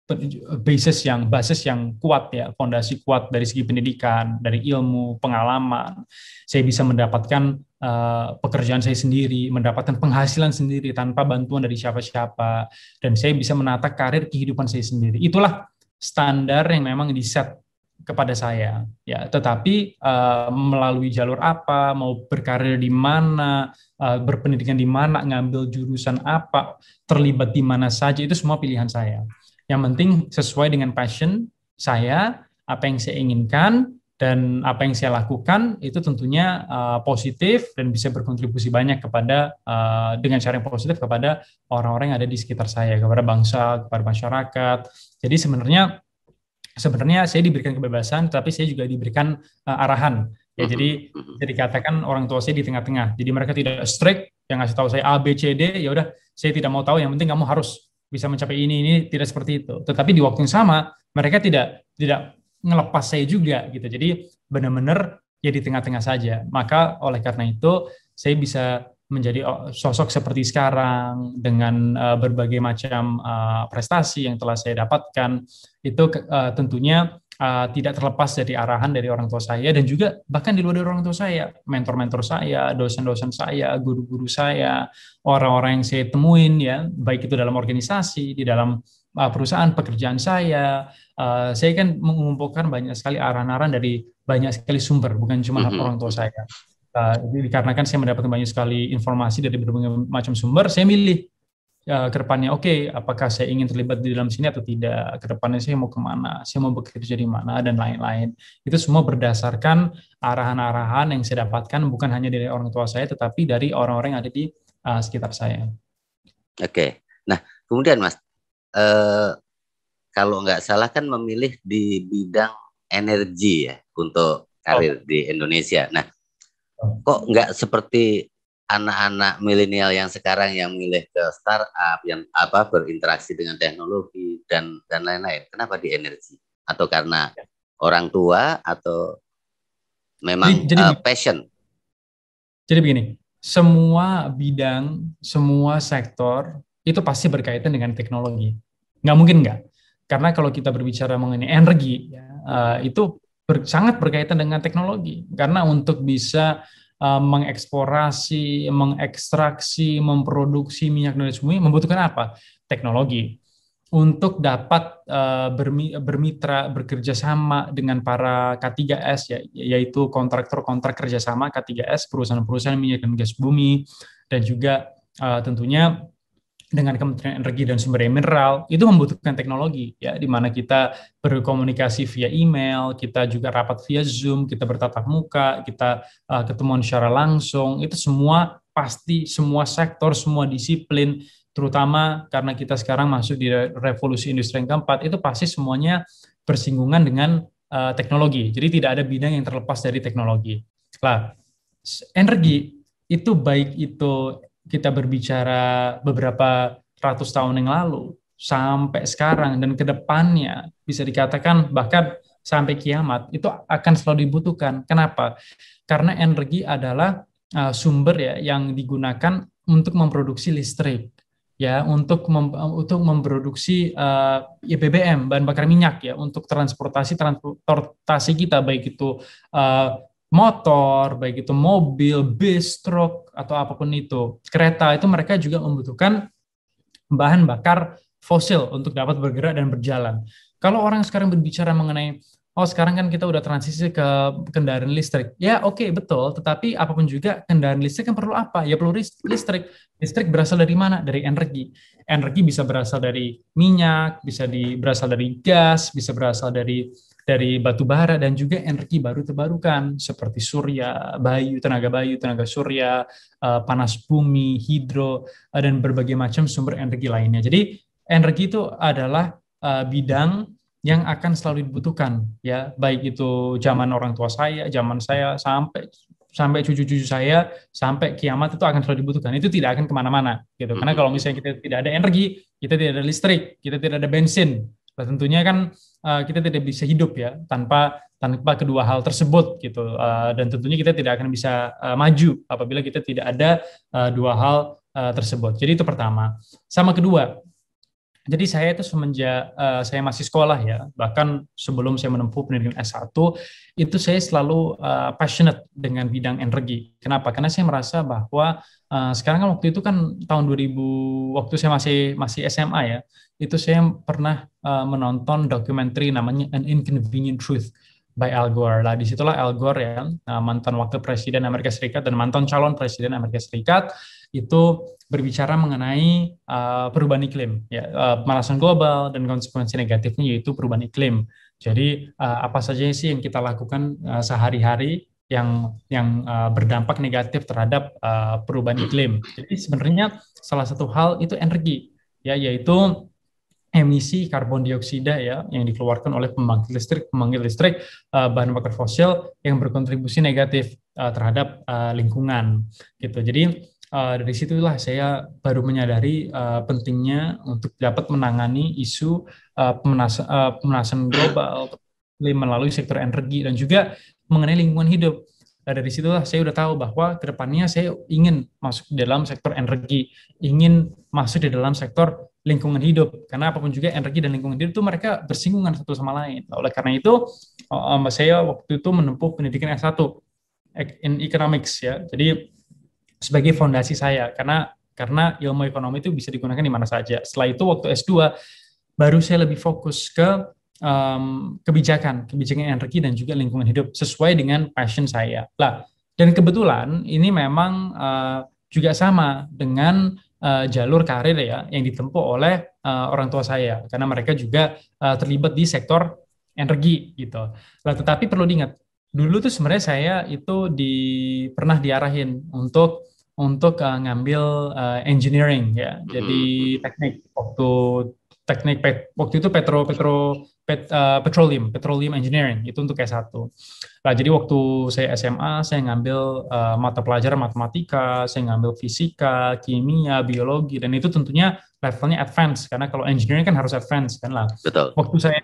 basis yang basis yang kuat ya, fondasi kuat dari segi pendidikan, dari ilmu, pengalaman. Saya bisa mendapatkan uh, pekerjaan saya sendiri, mendapatkan penghasilan sendiri tanpa bantuan dari siapa-siapa, dan saya bisa menata karir kehidupan saya sendiri. Itulah standar yang memang di-set kepada saya, ya. Tetapi uh, melalui jalur apa, mau berkarir di mana, uh, berpendidikan di mana, ngambil jurusan apa, terlibat di mana saja, itu semua pilihan saya. Yang penting sesuai dengan passion saya, apa yang saya inginkan, dan apa yang saya lakukan itu tentunya uh, positif dan bisa berkontribusi banyak kepada uh, dengan cara yang positif kepada orang-orang yang ada di sekitar saya, kepada bangsa, kepada masyarakat. Jadi sebenarnya Sebenarnya saya diberikan kebebasan, tapi saya juga diberikan uh, arahan. Ya, jadi jadi katakan orang tua saya di tengah-tengah. Jadi mereka tidak strict, yang ngasih tahu saya A, B, C, D. Ya udah, saya tidak mau tahu. Yang penting kamu harus bisa mencapai ini, ini tidak seperti itu. Tetapi di waktu yang sama, mereka tidak tidak ngelepas saya juga gitu. Jadi benar-benar ya di tengah-tengah saja. Maka oleh karena itu saya bisa menjadi sosok seperti sekarang dengan uh, berbagai macam uh, prestasi yang telah saya dapatkan. Itu uh, tentunya uh, tidak terlepas dari arahan dari orang tua saya, dan juga bahkan di luar dari orang tua saya, mentor-mentor saya, dosen-dosen saya, guru-guru saya, orang-orang yang saya temuin ya, baik itu dalam organisasi, di dalam uh, perusahaan pekerjaan saya. Uh, saya kan mengumpulkan banyak sekali arahan-arahan dari banyak sekali sumber, bukan cuma mm-hmm. orang tua saya. Uh, dikarenakan saya mendapatkan banyak sekali informasi dari berbagai macam sumber, saya milih uh, ke depannya, oke, okay, apakah saya ingin terlibat di dalam sini atau tidak, ke depannya saya mau kemana, saya mau bekerja di mana, dan lain-lain. Itu semua berdasarkan arahan-arahan yang saya dapatkan bukan hanya dari orang tua saya, tetapi dari orang-orang yang ada di uh, sekitar saya. Oke, okay. Nah kemudian Mas, uh, kalau nggak salah kan memilih di bidang energi ya untuk karir oh. di Indonesia. Nah, kok nggak seperti anak-anak milenial yang sekarang yang milih ke startup, yang apa berinteraksi dengan teknologi dan dan lain-lain? Kenapa di energi? Atau karena orang tua atau memang jadi, jadi, uh, passion? Jadi begini, semua bidang, semua sektor itu pasti berkaitan dengan teknologi. Nggak mungkin nggak. Karena kalau kita berbicara mengenai energi, ya, uh, itu ber, sangat berkaitan dengan teknologi. Karena untuk bisa uh, mengeksplorasi, mengekstraksi, memproduksi minyak dan bumi membutuhkan apa? Teknologi. Untuk dapat uh, bermi, bermitra, bekerja sama dengan para K tiga S, ya, yaitu kontraktor-kontrak kerjasama K tiga S, perusahaan-perusahaan minyak dan gas bumi, dan juga uh, tentunya dengan Kementerian Energi dan Sumber Daya Mineral, itu membutuhkan teknologi, ya, di mana kita berkomunikasi via email, kita juga rapat via Zoom, kita bertatap muka, kita uh, ketemuan secara langsung. Itu semua pasti, semua sektor, semua disiplin, terutama karena kita sekarang masuk di revolusi industri yang keempat, itu pasti semuanya bersinggungan dengan uh, teknologi. Jadi tidak ada bidang yang terlepas dari teknologi. Nah, energi itu baik itu kita berbicara beberapa ratus tahun yang lalu sampai sekarang dan ke depannya, bisa dikatakan bahkan sampai kiamat, itu akan selalu dibutuhkan. Kenapa? Karena energi adalah uh, sumber ya yang digunakan untuk memproduksi listrik, ya, untuk mem, untuk memproduksi uh, ya B B M, bahan bakar minyak, ya, untuk transportasi transportasi kita, baik itu uh, motor, baik itu mobil, bis, truk, atau apapun itu, kereta, itu mereka juga membutuhkan bahan bakar fosil untuk dapat bergerak dan berjalan. Kalau orang sekarang berbicara mengenai, oh sekarang kan kita udah transisi ke kendaraan listrik, ya oke, okay, betul, tetapi apapun juga kendaraan listrik kan perlu apa? Ya perlu listrik. Listrik berasal dari mana? Dari energi. Energi bisa berasal dari minyak, bisa di, berasal dari gas, bisa berasal dari dari batu bara, dan juga energi baru terbarukan seperti surya, bayu, tenaga bayu, tenaga surya, uh, panas bumi, hidro, uh, dan berbagai macam sumber energi lainnya. Jadi energi itu adalah uh, bidang yang akan selalu dibutuhkan, ya, baik itu zaman orang tua saya, zaman saya, sampai sampai cucu-cucu saya, sampai kiamat itu akan selalu dibutuhkan. Itu tidak akan kemana-mana, gitu. Karena kalau misalnya kita tidak ada energi, kita tidak ada listrik, kita tidak ada bensin, nah, tentunya kan uh, kita tidak bisa hidup, ya, tanpa tanpa kedua hal tersebut, gitu. Uh, dan tentunya kita tidak akan bisa uh, maju apabila kita tidak ada uh, dua hal uh, tersebut. Jadi itu pertama. Sama kedua, Jadi saya itu semenjak uh, saya masih sekolah ya, bahkan sebelum saya menempuh pendidikan S satu, itu saya selalu uh, passionate dengan bidang energi. Kenapa? Karena saya merasa bahwa uh, sekarang kan waktu itu kan tahun dua ribu, waktu saya masih masih S M A ya, itu saya pernah uh, menonton dokumenter namanya An Inconvenient Truth by Al Gore. Lah disitulah Al Gore ya, uh, mantan wakil presiden Amerika Serikat dan mantan calon presiden Amerika Serikat, itu berbicara mengenai uh, perubahan iklim, ya, uh, pemanasan global dan konsekuensi negatifnya yaitu perubahan iklim. Jadi uh, apa saja sih yang kita lakukan uh, sehari-hari yang yang uh, berdampak negatif terhadap uh, perubahan iklim. Jadi sebenarnya salah satu hal itu energi, ya, yaitu emisi karbon dioksida ya yang dikeluarkan oleh pembangkit listrik pembangkit listrik uh, bahan bakar fosil yang berkontribusi negatif uh, terhadap uh, lingkungan gitu. Jadi uh, dari situlah saya baru menyadari uh, pentingnya untuk dapat menangani isu uh, pemanasan, uh, pemanasan global melalui sektor energi dan juga mengenai lingkungan hidup. Nah, dari situlah saya udah tahu bahwa kedepannya saya ingin masuk di dalam sektor energi, ingin masuk di dalam sektor lingkungan hidup, karena apapun juga energi dan lingkungan hidup itu mereka bersinggungan satu sama lain. Oleh karena itu, um, saya waktu itu menempuh pendidikan S satu in economics ya. Jadi sebagai fondasi saya, karena karena ilmu ekonomi itu bisa digunakan di mana saja. Setelah itu waktu S dua baru saya lebih fokus ke um, kebijakan, kebijakan energi dan juga lingkungan hidup sesuai dengan passion saya. Lah, dan kebetulan ini memang uh, juga sama dengan uh, jalur karir ya yang ditempuh oleh uh, orang tua saya, karena mereka juga uh, terlibat di sektor energi gitu. Lah, tetapi perlu diingat, dulu tuh sebenarnya saya itu di pernah diarahin untuk untuk uh, ngambil uh, engineering ya, jadi teknik waktu teknik pet, waktu itu petro petro pet, uh, petroleum petroleum engineering itu untuk S satu. Nah, jadi waktu saya S M A saya ngambil uh, mata pelajaran matematika, saya ngambil fisika, kimia, biologi, dan itu tentunya levelnya advance karena kalau engineering kan harus advance kan lah. Betul. Waktu saya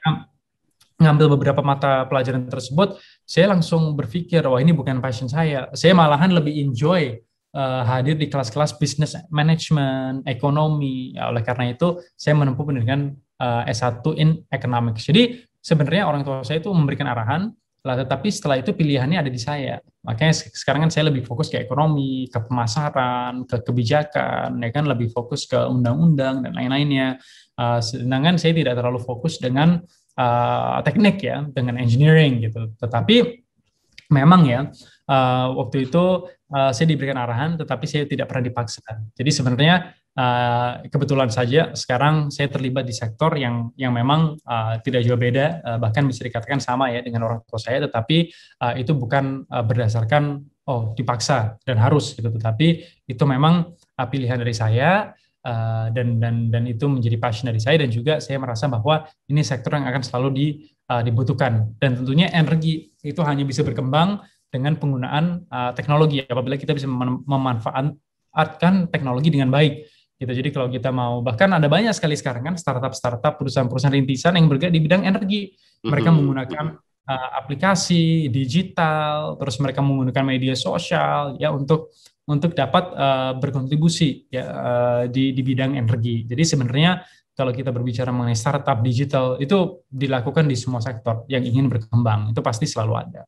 ngambil beberapa mata pelajaran tersebut, saya langsung berpikir, wah ini bukan passion saya. Saya malahan lebih enjoy uh, hadir di kelas-kelas business management, ekonomi. Ya, oleh karena itu, saya menempuh pendidikan uh, S satu in economics. Jadi sebenarnya orang tua saya itu memberikan arahan, lah, tetapi setelah itu pilihannya ada di saya. Makanya sekarang kan saya lebih fokus ke ekonomi, ke pemasaran, ke kebijakan, ya kan, lebih fokus ke undang-undang dan lain-lainnya. Uh, sedangkan saya tidak terlalu fokus dengan Uh, teknik ya, dengan engineering gitu. Tetapi memang ya uh, waktu itu uh, saya diberikan arahan, tetapi saya tidak pernah dipaksa. Jadi sebenarnya uh, kebetulan saja sekarang saya terlibat di sektor yang yang memang uh, tidak jauh beda, uh, bahkan bisa dikatakan sama ya dengan orang tua saya. Tetapi uh, itu bukan uh, berdasarkan oh dipaksa dan harus gitu. Tetapi itu memang uh, pilihan dari saya. Uh, dan dan dan itu menjadi passion dari saya, dan juga saya merasa bahwa ini sektor yang akan selalu di, uh, dibutuhkan, dan tentunya energi itu hanya bisa berkembang dengan penggunaan uh, teknologi apabila kita bisa mem- memanfaatkan teknologi dengan baik gitu. Jadi kalau kita mau, bahkan ada banyak sekali sekarang kan startup-startup, perusahaan-perusahaan rintisan yang bergerak di bidang energi. Mereka mm-hmm. menggunakan uh, aplikasi digital, terus mereka menggunakan media sosial ya untuk untuk dapat uh, berkontribusi ya uh, di di bidang energi. Jadi sebenarnya kalau kita berbicara mengenai startup digital itu dilakukan di semua sektor yang ingin berkembang, itu pasti selalu ada.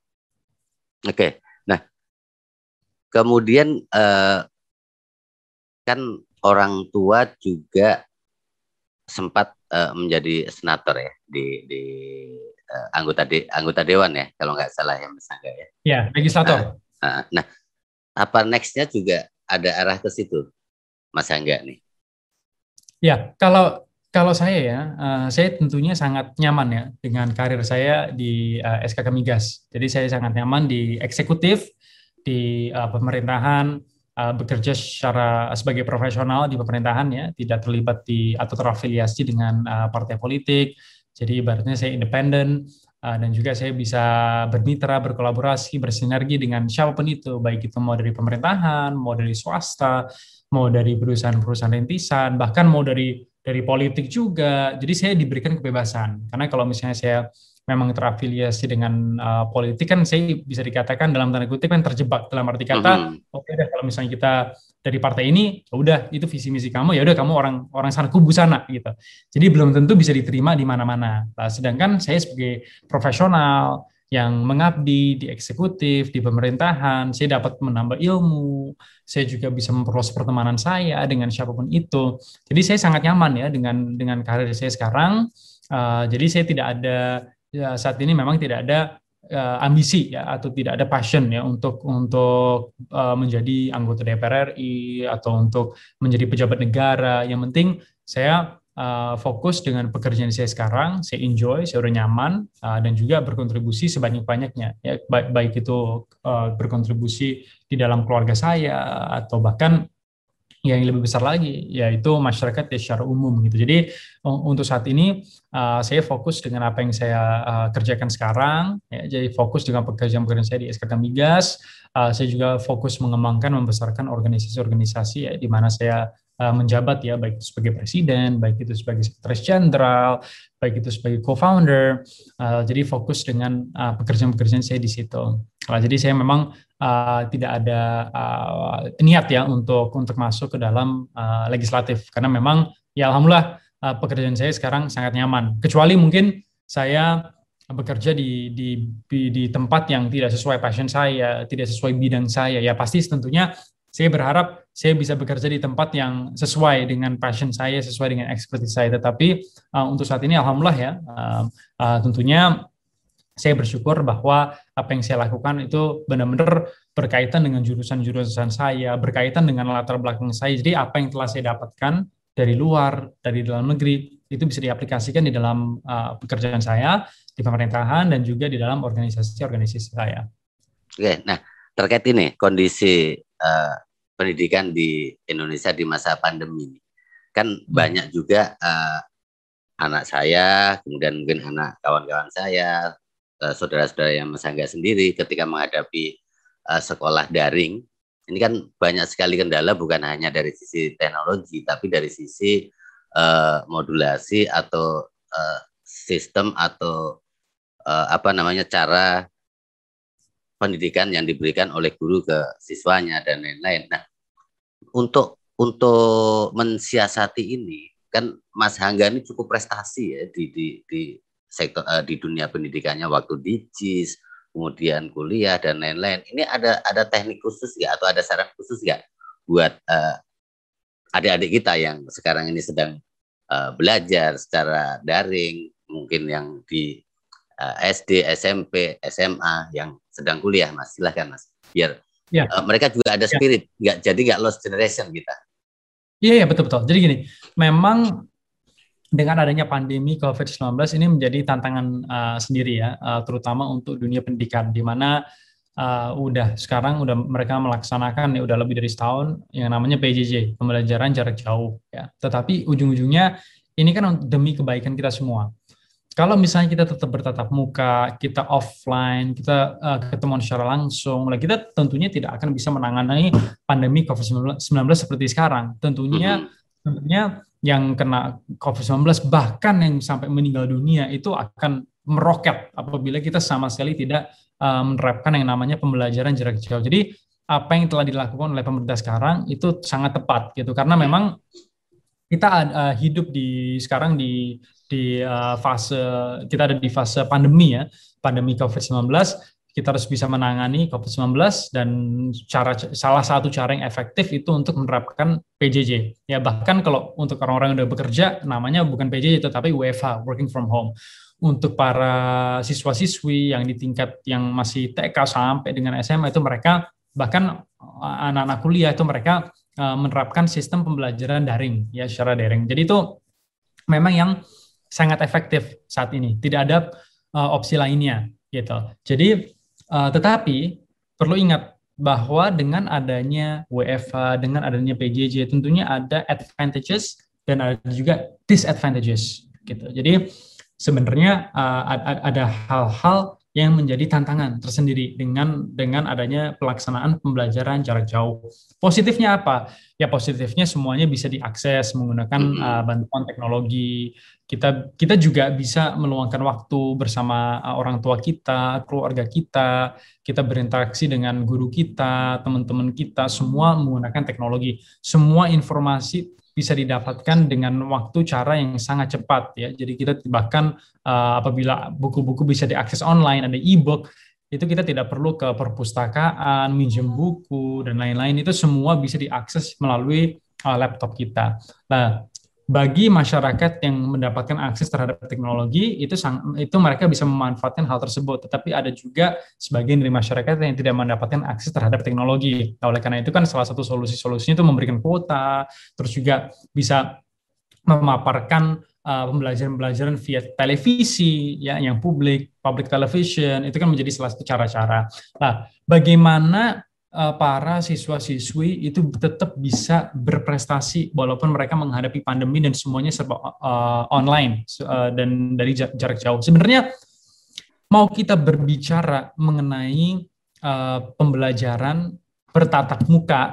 Oke, nah kemudian uh, kan orang tua juga sempat uh, menjadi senator ya di di uh, anggota de, anggota dewan ya kalau nggak salah ya Mas Angga ya. Ya, legislator. Uh, uh, nah. Apa nextnya juga ada arah ke situ, Mas Angga nih? Ya, kalau kalau saya ya, uh, saya tentunya sangat nyaman ya dengan karir saya di uh, S K K Migas. Jadi saya sangat nyaman di eksekutif, di uh, pemerintahan, uh, bekerja secara sebagai profesional di pemerintahan ya, tidak terlibat di atau terafiliasi dengan uh, partai politik. Jadi ibaratnya saya independen. Uh, dan juga saya bisa bermitra, berkolaborasi, bersinergi dengan siapapun itu, baik itu mau dari pemerintahan, mau dari swasta, mau dari perusahaan-perusahaan rintisan, bahkan mau dari dari politik juga. Jadi saya diberikan kebebasan, karena kalau misalnya saya memang terafiliasi dengan uh, politik kan saya bisa dikatakan dalam tanda kutip kan terjebak dalam arti kata mm-hmm. oke deh kalau misalnya kita dari partai ini ya udah itu visi misi kamu ya udah kamu orang orang sana kubu sana gitu. Jadi belum tentu bisa diterima di mana-mana. Nah, sedangkan saya sebagai profesional yang mengabdi di eksekutif, di pemerintahan, saya dapat menambah ilmu, saya juga bisa memperluas pertemanan saya dengan siapapun itu. Jadi saya sangat nyaman ya dengan dengan karir saya sekarang. Uh, jadi saya tidak ada ya, saat ini memang tidak ada uh, ambisi ya atau tidak ada passion ya untuk untuk uh, menjadi anggota D P R R I atau untuk menjadi pejabat negara. Yang penting saya Uh, fokus dengan pekerjaan saya sekarang, saya enjoy, saya udah nyaman, uh, dan juga berkontribusi sebanyak-banyaknya. Ya, baik, baik itu uh, berkontribusi di dalam keluarga saya, atau bahkan yang lebih besar lagi, yaitu masyarakat ya, secara umum. Gitu. Jadi uh, untuk saat ini, uh, saya fokus dengan apa yang saya uh, kerjakan sekarang, ya, jadi fokus dengan pekerjaan-pekerjaan saya di S K K Migas, uh, saya juga fokus mengembangkan, membesarkan organisasi-organisasi ya, di mana saya menjabat ya, baik itu sebagai presiden, baik itu sebagai sekretaris jenderal, baik itu sebagai co-founder. Uh, jadi fokus dengan uh, pekerjaan-pekerjaan saya di situ. Uh, jadi saya memang uh, tidak ada uh, niat ya untuk untuk masuk ke dalam uh, legislatif karena memang ya alhamdulillah uh, pekerjaan saya sekarang sangat nyaman. Kecuali mungkin saya bekerja di, di di di tempat yang tidak sesuai passion saya, tidak sesuai bidang saya. Ya pasti tentunya saya berharap saya bisa bekerja di tempat yang sesuai dengan passion saya, sesuai dengan expertise saya. Tetapi uh, untuk saat ini, alhamdulillah ya, uh, uh, tentunya saya bersyukur bahwa apa yang saya lakukan itu benar-benar berkaitan dengan jurusan-jurusan saya, berkaitan dengan latar belakang saya. Jadi apa yang telah saya dapatkan dari luar, dari dalam negeri, itu bisa diaplikasikan di dalam uh, pekerjaan saya, di pemerintahan, dan juga di dalam organisasi-organisasi saya. Oke, nah terkait ini kondisi Uh, pendidikan di Indonesia di masa pandemi ini kan hmm. banyak juga uh, anak saya, kemudian mungkin anak kawan-kawan saya, uh, saudara-saudara yang Mas Angga sendiri ketika menghadapi uh, sekolah daring ini kan banyak sekali kendala, bukan hanya dari sisi teknologi tapi dari sisi uh, modulasi atau uh, sistem atau uh, apa namanya cara pendidikan yang diberikan oleh guru ke siswanya dan lain-lain. Nah, untuk untuk mensiasati ini kan Mas Angga ini cukup prestasi ya di di di sektor uh, di dunia pendidikannya waktu di J I S, kemudian kuliah dan lain-lain. Ini ada ada teknik khusus nggak atau ada saran khusus nggak buat uh, adik-adik kita yang sekarang ini sedang uh, belajar secara daring, mungkin yang di S D, S M P, S M A yang sedang kuliah, Mas, silahkan Mas, biar ya. uh, mereka juga ada spirit, ya. Nggak jadi nggak lost generation kita. Iya, ya, betul-betul. Jadi gini, memang dengan adanya pandemi covid sembilan belas ini menjadi tantangan uh, sendiri ya, uh, terutama untuk dunia pendidikan, di mana uh, udah sekarang udah mereka melaksanakan ya udah lebih dari setahun yang namanya P J J, pembelajaran jarak jauh. Ya. Tetapi ujung-ujungnya ini kan demi kebaikan kita semua. Kalau misalnya kita tetap bertatap muka, kita offline, kita uh, ketemuan secara langsung, lah kita tentunya tidak akan bisa menangani pandemi covid sembilan belas seperti sekarang. Tentunya, mm-hmm. tentunya yang kena covid sembilan belas bahkan yang sampai meninggal dunia itu akan meroket apabila kita sama sekali tidak uh, menerapkan yang namanya pembelajaran jarak jauh. Jadi apa yang telah dilakukan oleh pemerintah sekarang itu sangat tepat gitu, karena memang kita uh, hidup di sekarang di di uh, fase kita ada di fase pandemi ya, pandemi covid sembilan belas. Kita harus bisa menangani covid sembilan belas dan cara salah satu cara yang efektif itu untuk menerapkan P J J. Ya bahkan kalau untuk orang-orang yang udah bekerja namanya bukan P J J tetapi W F H, working from home. Untuk para siswa-siswi yang di tingkat yang masih T K sampai dengan S M A itu mereka bahkan anak-anak kuliah itu mereka uh, menerapkan sistem pembelajaran daring ya secara daring. Jadi itu memang yang sangat efektif saat ini. Tidak ada uh, opsi lainnya gitu. Jadi uh, tetapi perlu ingat bahwa dengan adanya W F H, dengan adanya P J J tentunya ada advantages dan ada juga disadvantages gitu. Jadi sebenarnya uh, ada hal-hal yang menjadi tantangan tersendiri dengan dengan adanya pelaksanaan pembelajaran jarak jauh. Positifnya apa? Ya positifnya semuanya bisa diakses menggunakan uh, bantuan teknologi. Kita kita juga bisa meluangkan waktu bersama uh, orang tua kita, keluarga kita. Kita berinteraksi dengan guru kita, teman-teman kita, semua menggunakan teknologi. Semua informasi bisa didapatkan dengan waktu cara yang sangat cepat ya. Jadi kita bahkan uh, apabila buku-buku bisa diakses online, ada e-book, itu kita tidak perlu ke perpustakaan, minjem buku dan lain-lain. Itu semua bisa diakses melalui uh, laptop kita. Nah, bagi masyarakat yang mendapatkan akses terhadap teknologi itu sang, itu mereka bisa memanfaatkan hal tersebut, tetapi ada juga sebagian dari masyarakat yang tidak mendapatkan akses terhadap teknologi. Nah, oleh karena itu kan salah satu solusi-solusinya itu memberikan kuota, terus juga bisa memaparkan uh, pembelajaran-pembelajaran via televisi ya yang publik, public television, itu kan menjadi salah satu cara-cara. Nah, bagaimana para siswa-siswi itu tetap bisa berprestasi walaupun mereka menghadapi pandemi dan semuanya serba uh, online uh, dan dari jarak jauh. Sebenarnya mau kita berbicara mengenai uh, pembelajaran bertatap muka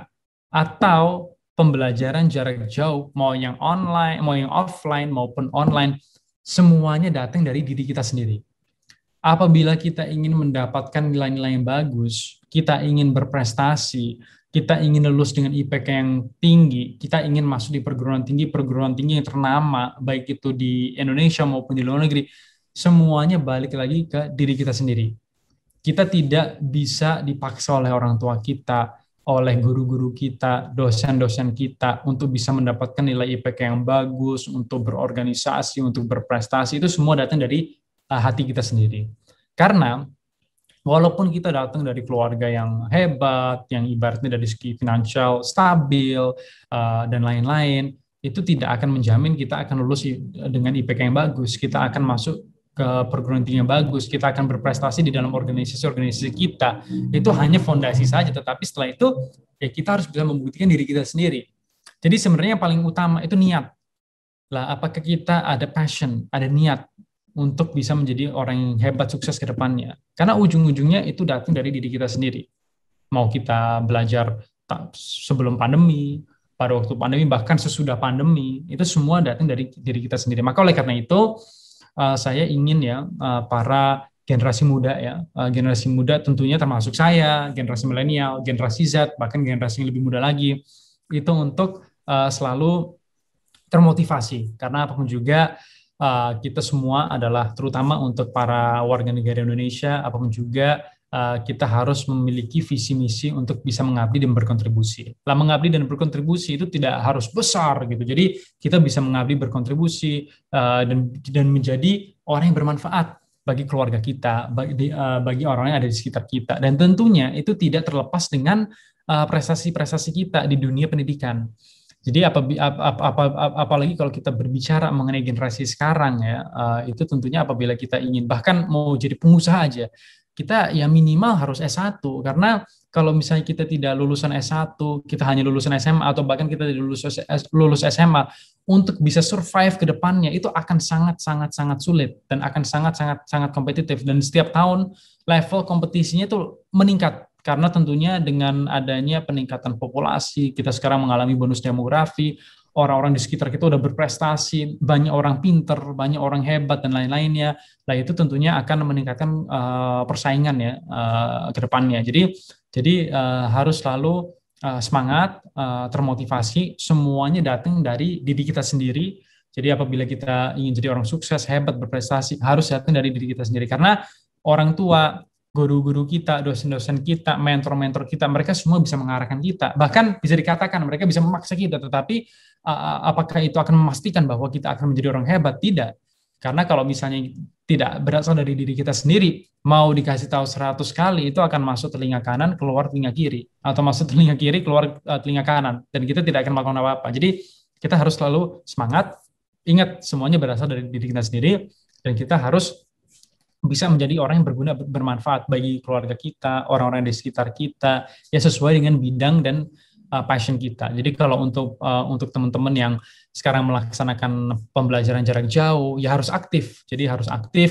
atau pembelajaran jarak jauh, mau yang online, mau yang offline maupun online, semuanya datang dari diri kita sendiri. Apabila kita ingin mendapatkan nilai-nilai yang bagus, kita ingin berprestasi, kita ingin lulus dengan I P K yang tinggi, kita ingin masuk di perguruan tinggi, perguruan tinggi yang ternama, baik itu di Indonesia maupun di luar negeri, semuanya balik lagi ke diri kita sendiri. Kita tidak bisa dipaksa oleh orang tua kita, oleh guru-guru kita, dosen-dosen kita untuk bisa mendapatkan nilai I P K yang bagus, untuk berorganisasi, untuk berprestasi, itu semua datang dari hati kita sendiri. Karena walaupun kita datang dari keluarga yang hebat, yang ibaratnya dari segi finansial stabil uh, dan lain-lain, itu tidak akan menjamin kita akan lulus dengan I P K yang bagus. Kita akan masuk ke perguruan tinggi yang bagus, kita akan berprestasi di dalam organisasi-organisasi kita. Itu hanya fondasi saja, tetapi setelah itu ya kita harus bisa membuktikan diri kita sendiri. Jadi sebenarnya yang paling utama itu niat. Lah, apakah kita ada passion, ada niat untuk bisa menjadi orang yang hebat, sukses ke depannya. Karena ujung-ujungnya itu datang dari diri kita sendiri. Mau kita belajar sebelum pandemi, pada waktu pandemi, bahkan sesudah pandemi, itu semua datang dari diri kita sendiri. Maka oleh karena itu, uh, saya ingin ya, uh, para generasi muda ya, uh, generasi muda tentunya termasuk saya, generasi milenial, generasi Z, bahkan generasi yang lebih muda lagi, itu untuk uh, selalu termotivasi. Karena apapun juga, Uh, kita semua adalah terutama untuk para warga negara Indonesia, apapun juga uh, kita harus memiliki visi misi untuk bisa mengabdi dan berkontribusi. Lah, mengabdi dan berkontribusi itu tidak harus besar gitu. Jadi kita bisa mengabdi, berkontribusi uh, dan dan menjadi orang yang bermanfaat bagi keluarga kita, bagi, uh, bagi orang yang ada di sekitar kita. Dan tentunya itu tidak terlepas dengan uh, prestasi-prestasi kita di dunia pendidikan. Jadi apa, apa, apa, apalagi kalau kita berbicara mengenai generasi sekarang ya, uh, itu tentunya apabila kita ingin bahkan mau jadi pengusaha aja, kita ya minimal harus S satu, karena kalau misalnya kita tidak lulusan S satu, kita hanya lulusan S M A atau bahkan kita tidak lulus, lulus S M A, untuk bisa survive ke depannya itu akan sangat-sangat-sangat sulit dan akan sangat-sangat-sangat kompetitif, dan setiap tahun level kompetisinya itu meningkat. Karena tentunya dengan adanya peningkatan populasi, kita sekarang mengalami bonus demografi, orang-orang di sekitar kita udah berprestasi, banyak orang pinter, banyak orang hebat, dan lain-lainnya. Nah, itu tentunya akan meningkatkan uh, persaingan ya uh, ke depannya. Jadi, jadi uh, harus selalu uh, semangat, uh, termotivasi, semuanya datang dari diri kita sendiri. Jadi apabila kita ingin jadi orang sukses, hebat, berprestasi, harus datang dari diri kita sendiri. Karena orang tua, guru-guru kita, dosen-dosen kita, mentor-mentor kita, mereka semua bisa mengarahkan kita. Bahkan bisa dikatakan mereka bisa memaksa kita, tetapi uh, apakah itu akan memastikan bahwa kita akan menjadi orang hebat? Tidak. Karena kalau misalnya tidak berasal dari diri kita sendiri, mau dikasih tahu seratus kali, itu akan masuk telinga kanan, keluar telinga kiri. Atau masuk telinga kiri, keluar uh, telinga kanan. Dan kita tidak akan melakukan apa-apa. Jadi kita harus selalu semangat, ingat semuanya berasal dari diri kita sendiri, dan kita harus bisa menjadi orang yang berguna, bermanfaat bagi keluarga kita, orang-orang di sekitar kita, ya sesuai dengan bidang dan uh, passion kita. Jadi kalau untuk uh, untuk teman-teman yang sekarang melaksanakan pembelajaran jarak jauh, ya harus aktif. Jadi harus aktif,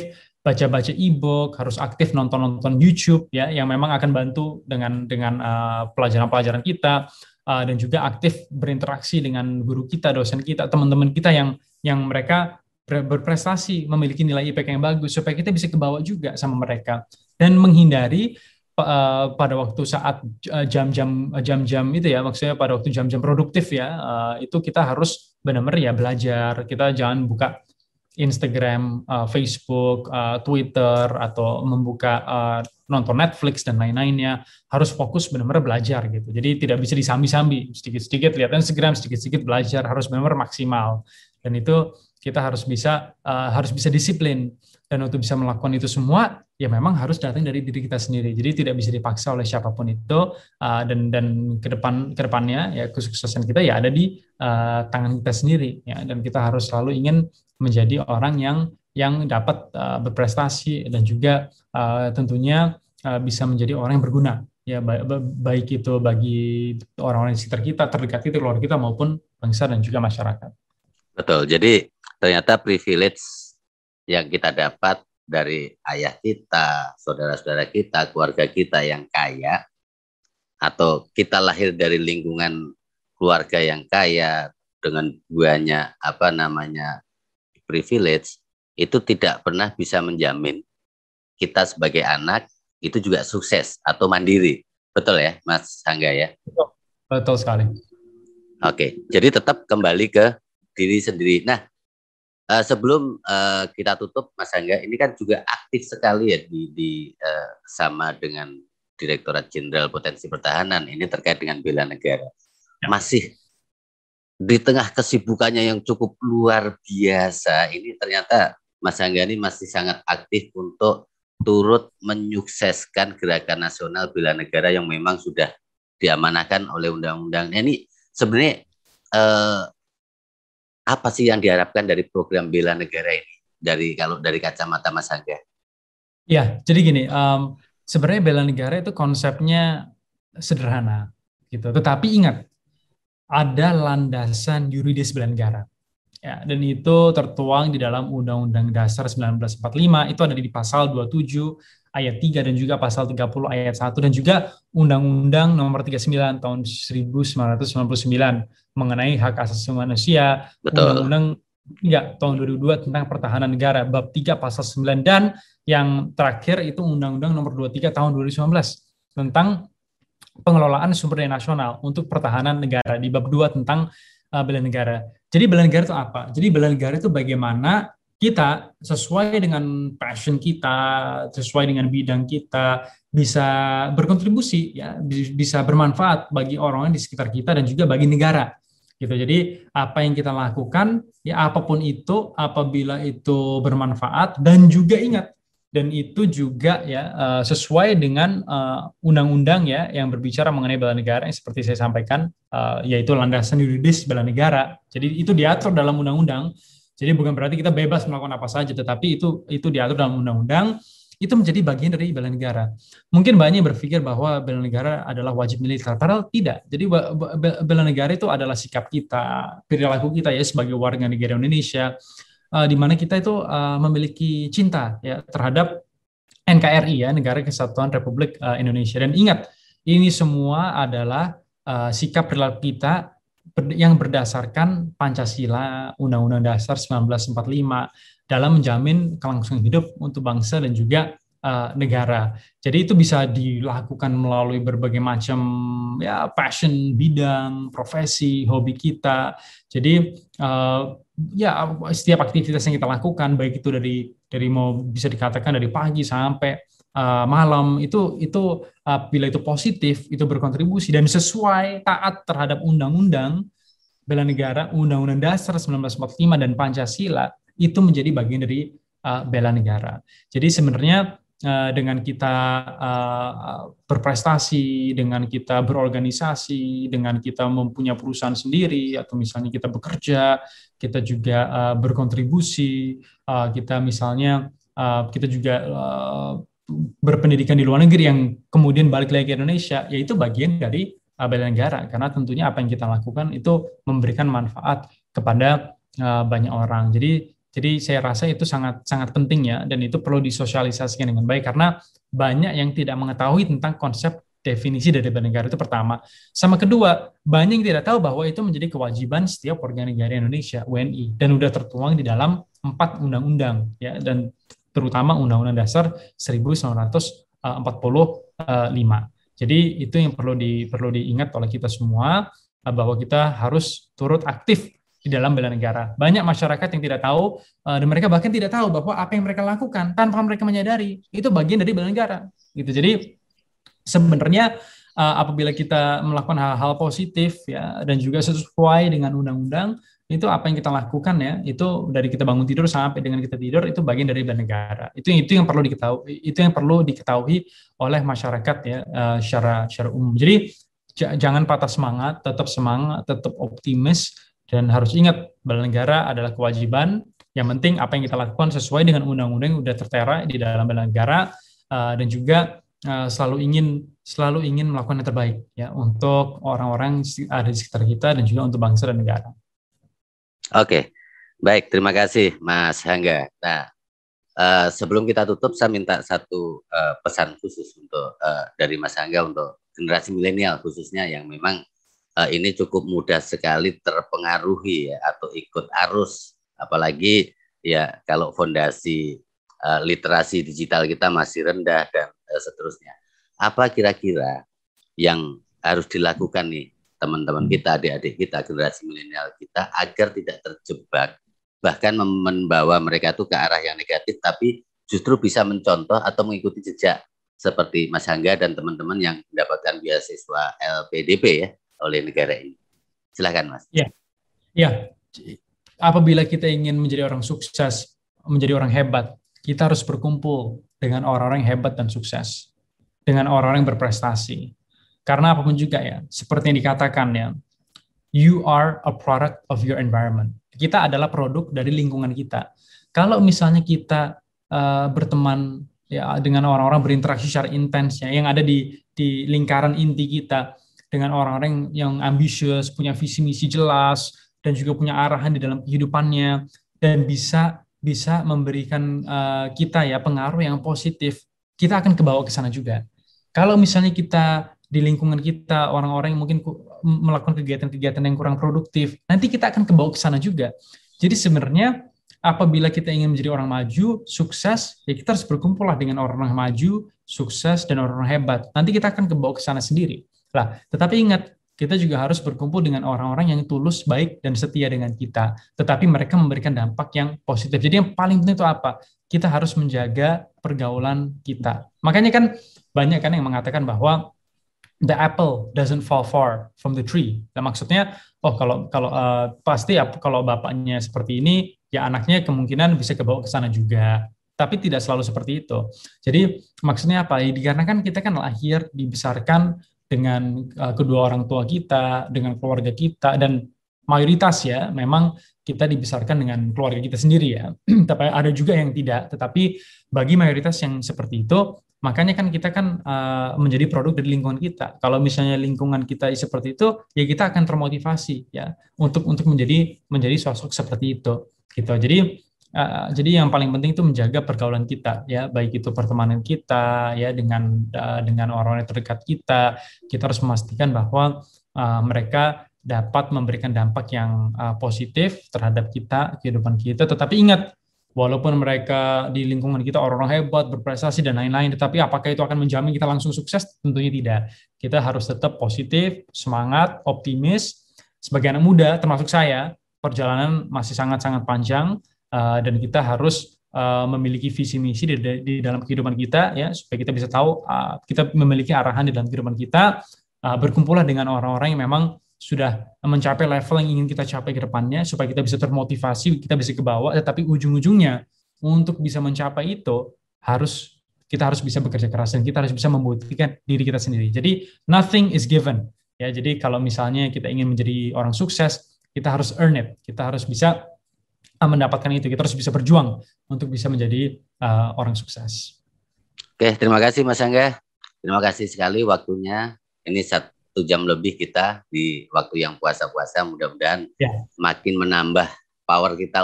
baca-baca e-book, harus aktif nonton-nonton YouTube ya, yang memang akan bantu dengan dengan uh, pelajaran-pelajaran kita, uh, dan juga aktif berinteraksi dengan guru kita, dosen kita, teman-teman kita yang yang mereka ber- berprestasi, memiliki nilai I P K yang bagus, supaya kita bisa kebawa juga sama mereka, dan menghindari uh, pada waktu saat uh, jam-jam jam-jam itu ya, maksudnya pada waktu jam-jam produktif ya, uh, itu kita harus benar-benar ya belajar, kita jangan buka Instagram, uh, Facebook, uh, Twitter, atau membuka uh, nonton Netflix dan lain-lainnya. Harus fokus benar-benar belajar gitu. Jadi tidak bisa disambi-sambi, sedikit-sedikit lihat Instagram, sedikit-sedikit belajar, harus benar-benar maksimal. Dan itu kita harus bisa uh, harus bisa disiplin. Dan untuk bisa melakukan itu semua, ya memang harus datang dari diri kita sendiri. Jadi tidak bisa dipaksa oleh siapapun itu, uh, dan dan ke depan ke depannya ya kesuksesan kita ya ada di uh, tangan kita sendiri ya, dan kita harus selalu ingin menjadi orang yang yang dapat uh, berprestasi dan juga uh, tentunya uh, bisa menjadi orang yang berguna ya, baik itu bagi orang-orang di sekitar kita, terdekat kita, keluarga kita, maupun bangsa dan juga masyarakat. Betul. Jadi ternyata privilege yang kita dapat dari ayah kita, saudara-saudara kita, keluarga kita yang kaya, atau kita lahir dari lingkungan keluarga yang kaya dengan banyak apa namanya privilege, itu tidak pernah bisa menjamin kita sebagai anak itu juga sukses atau mandiri. Betul ya, Mas Angga ya? Betul, betul sekali. Oke, jadi tetap kembali ke diri sendiri. Nah, uh, sebelum uh, kita tutup, Mas Angga, ini kan juga aktif sekali ya di, di uh, sama dengan Direktorat Jenderal Potensi Pertahanan. Ini terkait dengan bela negara. Ya. Masih di tengah kesibukannya yang cukup luar biasa, ini ternyata Mas Angga ini masih sangat aktif untuk turut menyukseskan gerakan nasional bela negara yang memang sudah diamanahkan oleh undang-undang. Ini sebenarnya eh, apa sih yang diharapkan dari program bela negara ini, dari kalau dari kacamata Mas Angga? Ya, jadi gini, um, sebenarnya bela negara itu konsepnya sederhana, gitu. Tetapi ingat, ada landasan yuridis bela negara. Ya, dan itu tertuang di dalam Undang-Undang Dasar seribu sembilan ratus empat puluh lima, itu ada di pasal dua puluh tujuh ayat tiga dan juga pasal tiga puluh ayat satu, dan juga Undang-Undang Nomor tiga puluh sembilan tahun seribu sembilan ratus sembilan puluh sembilan mengenai hak asasi manusia, Undang-Undang tiga tahun dua ribu dua tentang pertahanan negara bab tiga pasal sembilan, dan yang terakhir itu Undang-Undang Nomor dua puluh tiga tahun dua ribu sembilan belas tentang pengelolaan sumber daya nasional untuk pertahanan negara di bab dua tentang uh, bela negara. Jadi bela negara itu apa? Jadi bela negara itu bagaimana kita sesuai dengan passion kita, sesuai dengan bidang kita, bisa berkontribusi ya, bisa bermanfaat bagi orang-orang di sekitar kita dan juga bagi negara. Gitu. Jadi apa yang kita lakukan ya apapun itu, apabila itu bermanfaat, dan juga ingat, dan itu juga ya uh, sesuai dengan uh, undang-undang ya yang berbicara mengenai bela negara yang seperti saya sampaikan, uh, yaitu landasan yuridis bela negara. Jadi itu diatur dalam undang-undang. Jadi bukan berarti kita bebas melakukan apa saja, tetapi itu itu diatur dalam undang-undang. Itu menjadi bagian dari bela negara. Mungkin banyak yang berpikir bahwa bela negara adalah wajib militer, padahal tidak. Jadi bela negara itu adalah sikap kita, perilaku kita ya sebagai warga negara Indonesia, Uh, di mana kita itu uh, memiliki cinta ya terhadap N K R I ya, Negara Kesatuan Republik uh, Indonesia. Dan ingat, ini semua adalah uh, sikap perilaku kita ber- yang berdasarkan Pancasila, Undang-Undang Dasar seribu sembilan ratus empat puluh lima dalam menjamin kelangsungan hidup untuk bangsa dan juga uh, negara. Jadi itu bisa dilakukan melalui berbagai macam ya passion, bidang, profesi, hobi kita. Jadi uh, ya setiap aktivitas yang kita lakukan, baik itu dari dari mau bisa dikatakan dari pagi sampai uh, malam, itu itu uh, bila itu positif, itu berkontribusi dan sesuai taat terhadap undang-undang bela negara, Undang-Undang Dasar seribu sembilan ratus empat puluh lima dan Pancasila, itu menjadi bagian dari uh, bela negara. Jadi sebenarnya uh, dengan kita uh, berprestasi, dengan kita berorganisasi, dengan kita mempunyai perusahaan sendiri, atau misalnya kita bekerja, kita juga uh, berkontribusi, uh, kita misalnya uh, kita juga uh, berpendidikan di luar negeri yang kemudian balik lagi ke Indonesia, yaitu bagian dari uh, bela negara, karena tentunya apa yang kita lakukan itu memberikan manfaat kepada uh, banyak orang. Jadi Jadi saya rasa itu sangat sangat penting ya, dan itu perlu disosialisasikan dengan baik karena banyak yang tidak mengetahui tentang konsep definisi dari bela negara itu pertama. Sama kedua, banyak yang tidak tahu bahwa itu menjadi kewajiban setiap warga negara Indonesia, W N I, dan udah tertuang di dalam empat undang-undang ya, dan terutama Undang-Undang Dasar seribu sembilan ratus empat puluh lima. Jadi itu yang perlu di perlu diingat oleh kita semua, bahwa kita harus turut aktif di dalam bela negara. Banyak masyarakat yang tidak tahu, dan mereka bahkan tidak tahu bahwa apa yang mereka lakukan tanpa mereka menyadari itu bagian dari bela negara. Gitu. Jadi sebenarnya apabila kita melakukan hal-hal positif ya dan juga sesuai dengan undang-undang, itu apa yang kita lakukan ya, itu dari kita bangun tidur sampai dengan kita tidur itu bagian dari bela negara. Itu itu yang perlu diketahui, itu yang perlu diketahui oleh masyarakat ya, secara secara umum. Jadi jangan patah semangat, tetap semangat, tetap optimis. Dan harus ingat, bela negara adalah kewajiban. Yang penting apa yang kita lakukan sesuai dengan undang-undang yang sudah tertera di dalam bela negara, uh, dan juga uh, selalu ingin selalu ingin melakukan yang terbaik ya untuk orang-orang ada di sekitar kita dan juga untuk bangsa dan negara. Oke, baik, terima kasih Mas Hangga. Nah, uh, sebelum kita tutup, saya minta satu uh, pesan khusus untuk uh, dari Mas Hangga untuk generasi milenial khususnya yang memang Uh, ini cukup mudah sekali terpengaruhi ya, atau ikut arus, apalagi ya kalau fondasi uh, literasi digital kita masih rendah dan uh, seterusnya. Apa kira-kira yang harus dilakukan nih teman-teman kita, adik-adik kita, generasi milenial kita agar tidak terjebak, bahkan membawa mereka itu ke arah yang negatif, tapi justru bisa mencontoh atau mengikuti jejak seperti Mas Hangga dan teman-teman yang mendapatkan beasiswa L P D P ya oleh negara ini. Silakan Mas. Ya, ya. Apabila kita ingin menjadi orang sukses, menjadi orang hebat, kita harus berkumpul dengan orang-orang yang hebat dan sukses, dengan orang-orang yang berprestasi. Karena apapun juga ya, seperti yang dikatakan ya, you are a product of your environment. Kita adalah produk dari lingkungan kita. Kalau misalnya kita uh, berteman ya dengan orang-orang berinteraksi secara intens ya, yang ada di di lingkaran inti kita, dengan orang-orang yang ambisius, punya visi misi jelas, dan juga punya arahan di dalam kehidupannya, dan bisa bisa memberikan uh, kita ya pengaruh yang positif, kita akan kebawa ke sana juga. Kalau misalnya kita di lingkungan kita orang-orang yang mungkin melakukan kegiatan-kegiatan yang kurang produktif, nanti kita akan kebawa ke sana juga. Jadi sebenarnya apabila kita ingin menjadi orang maju, sukses, ya kita harus berkumpul lah dengan orang-orang maju, sukses, dan orang-orang hebat. Nanti kita akan kebawa ke sana sendiri. Lah, tetapi ingat, kita juga harus berkumpul dengan orang-orang yang tulus, baik, dan setia dengan kita. Tetapi mereka memberikan dampak yang positif. Jadi yang paling penting itu apa? Kita harus menjaga pergaulan kita. Makanya kan banyak kan yang mengatakan bahwa the apple doesn't fall far from the tree. Nah, maksudnya, oh kalau kalau uh, pasti ya, kalau bapaknya seperti ini, ya anaknya kemungkinan bisa kebawa ke sana juga. Tapi tidak selalu seperti itu. Jadi maksudnya apa? Dikarenakan kita kan lahir, dibesarkan dengan uh, kedua orang tua kita, dengan keluarga kita, dan mayoritas ya memang kita dibesarkan dengan keluarga kita sendiri ya. Tapi ada juga yang tidak. Tetapi bagi mayoritas yang seperti itu, makanya kan kita kan uh, menjadi produk dari lingkungan kita. Kalau misalnya lingkungan kita seperti itu, ya kita akan termotivasi ya untuk untuk menjadi menjadi sosok seperti itu. Gitu. Jadi Uh, jadi yang paling penting itu menjaga pergaulan kita ya, baik itu pertemanan kita ya dengan uh, dengan orang-orang terdekat kita. Kita harus memastikan bahwa uh, mereka dapat memberikan dampak yang uh, positif terhadap kita, kehidupan kita. Tetapi ingat, walaupun mereka di lingkungan kita orang-orang hebat, berprestasi dan lain-lain, tetapi apakah itu akan menjamin kita langsung sukses? Tentunya tidak. Kita harus tetap positif, semangat, optimis. Sebagai anak muda, termasuk saya, perjalanan masih sangat-sangat panjang. Uh, dan kita harus uh, memiliki visi misi di, di dalam kehidupan kita ya, supaya kita bisa tahu uh, kita memiliki arahan di dalam kehidupan kita. Uh, berkumpullah dengan orang-orang yang memang sudah mencapai level yang ingin kita capai ke depannya, supaya kita bisa termotivasi, kita bisa ke bawah. Tetapi ujung-ujungnya untuk bisa mencapai itu harus kita harus bisa bekerja keras dan kita harus bisa membuktikan diri kita sendiri. Jadi nothing is given ya. Jadi kalau misalnya kita ingin menjadi orang sukses, kita harus earn it. Kita harus bisa mendapatkan itu. Kita harus bisa berjuang untuk bisa menjadi uh, orang sukses. Oke, terima kasih Mas Hangga. Terima kasih sekali waktunya. Ini satu jam lebih kita di waktu yang puasa-puasa. Mudah-mudahan ya. Makin menambah power kita untuk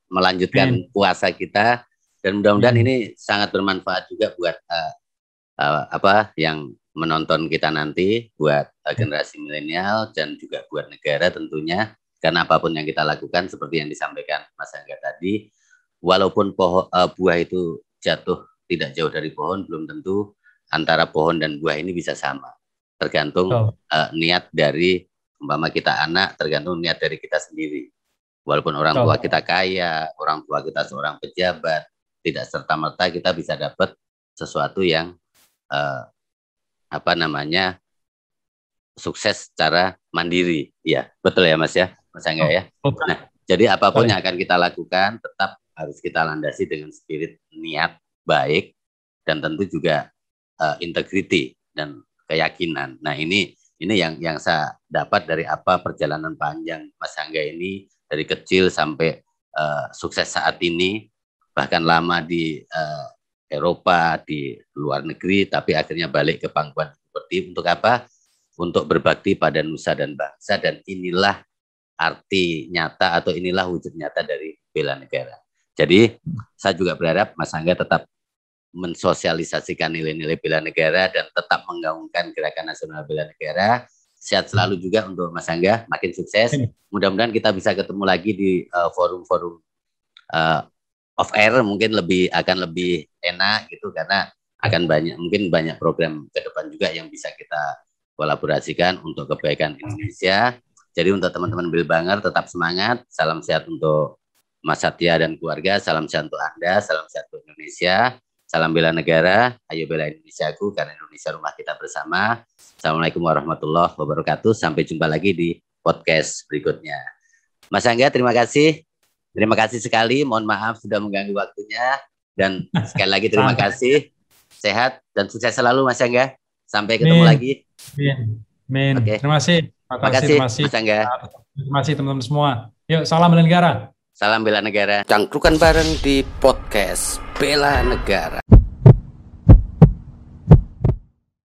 melanjutkan Amin. puasa kita, dan mudah-mudahan Amin. ini sangat bermanfaat juga buat uh, uh, apa yang menonton kita nanti, buat uh, generasi milenial dan juga buat negara tentunya. Karena apapun yang kita lakukan seperti yang disampaikan Mas Angga tadi, walaupun pohon uh, buah itu jatuh tidak jauh dari pohon, belum tentu antara pohon dan buah ini bisa sama. Tergantung oh. uh, niat dari umpama kita anak, tergantung niat dari kita sendiri. Walaupun orang tua kita kaya, orang tua kita seorang pejabat, tidak serta-merta kita bisa dapat sesuatu yang uh, apa namanya sukses secara mandiri. Ya, betul ya Mas ya, Mas Angga ya. Nah, jadi apapun yang akan kita lakukan tetap harus kita landasi dengan spirit niat baik dan tentu juga uh, integriti dan keyakinan. Nah, ini ini yang yang saya dapat dari apa perjalanan panjang Mas Angga ini dari kecil sampai uh, sukses saat ini, bahkan lama di uh, Eropa, di luar negeri, tapi akhirnya balik ke pangkuan seperti untuk apa? Untuk berbakti pada nusa dan bangsa, dan inilah arti nyata atau inilah wujud nyata dari bela negara. Jadi saya juga berharap Mas Angga tetap mensosialisasikan nilai-nilai bela negara dan tetap menggaungkan gerakan nasional bela negara. Sehat selalu juga untuk Mas Angga, makin sukses. Mudah-mudahan kita bisa ketemu lagi di uh, forum-forum uh, off air, mungkin lebih akan lebih enak gitu karena akan banyak mungkin banyak program ke depan juga yang bisa kita kolaborasikan untuk kebaikan Indonesia. Jadi untuk teman-teman Bilbanger tetap semangat. Salam sehat untuk Mas Satya dan keluarga. Salam sehat untuk Anda. Salam sehat untuk Indonesia. Salam bela negara. Ayo bela Indonesiaku karena Indonesia rumah kita bersama. Assalamualaikum warahmatullahi wabarakatuh. Sampai jumpa lagi di podcast berikutnya. Mas Angga, terima kasih. Terima kasih sekali. Mohon maaf sudah mengganggu waktunya. Dan sekali lagi terima kasih. Sehat dan sukses selalu Mas Angga. Sampai ketemu Min. lagi. Min. Min. Okay. Terima kasih. Terima kasih, terima kasih Mas Angga. Terima kasih teman-teman semua. Yuk, salam bela negara. Salam bela negara. Cangkrukan bareng di podcast Bela Negara.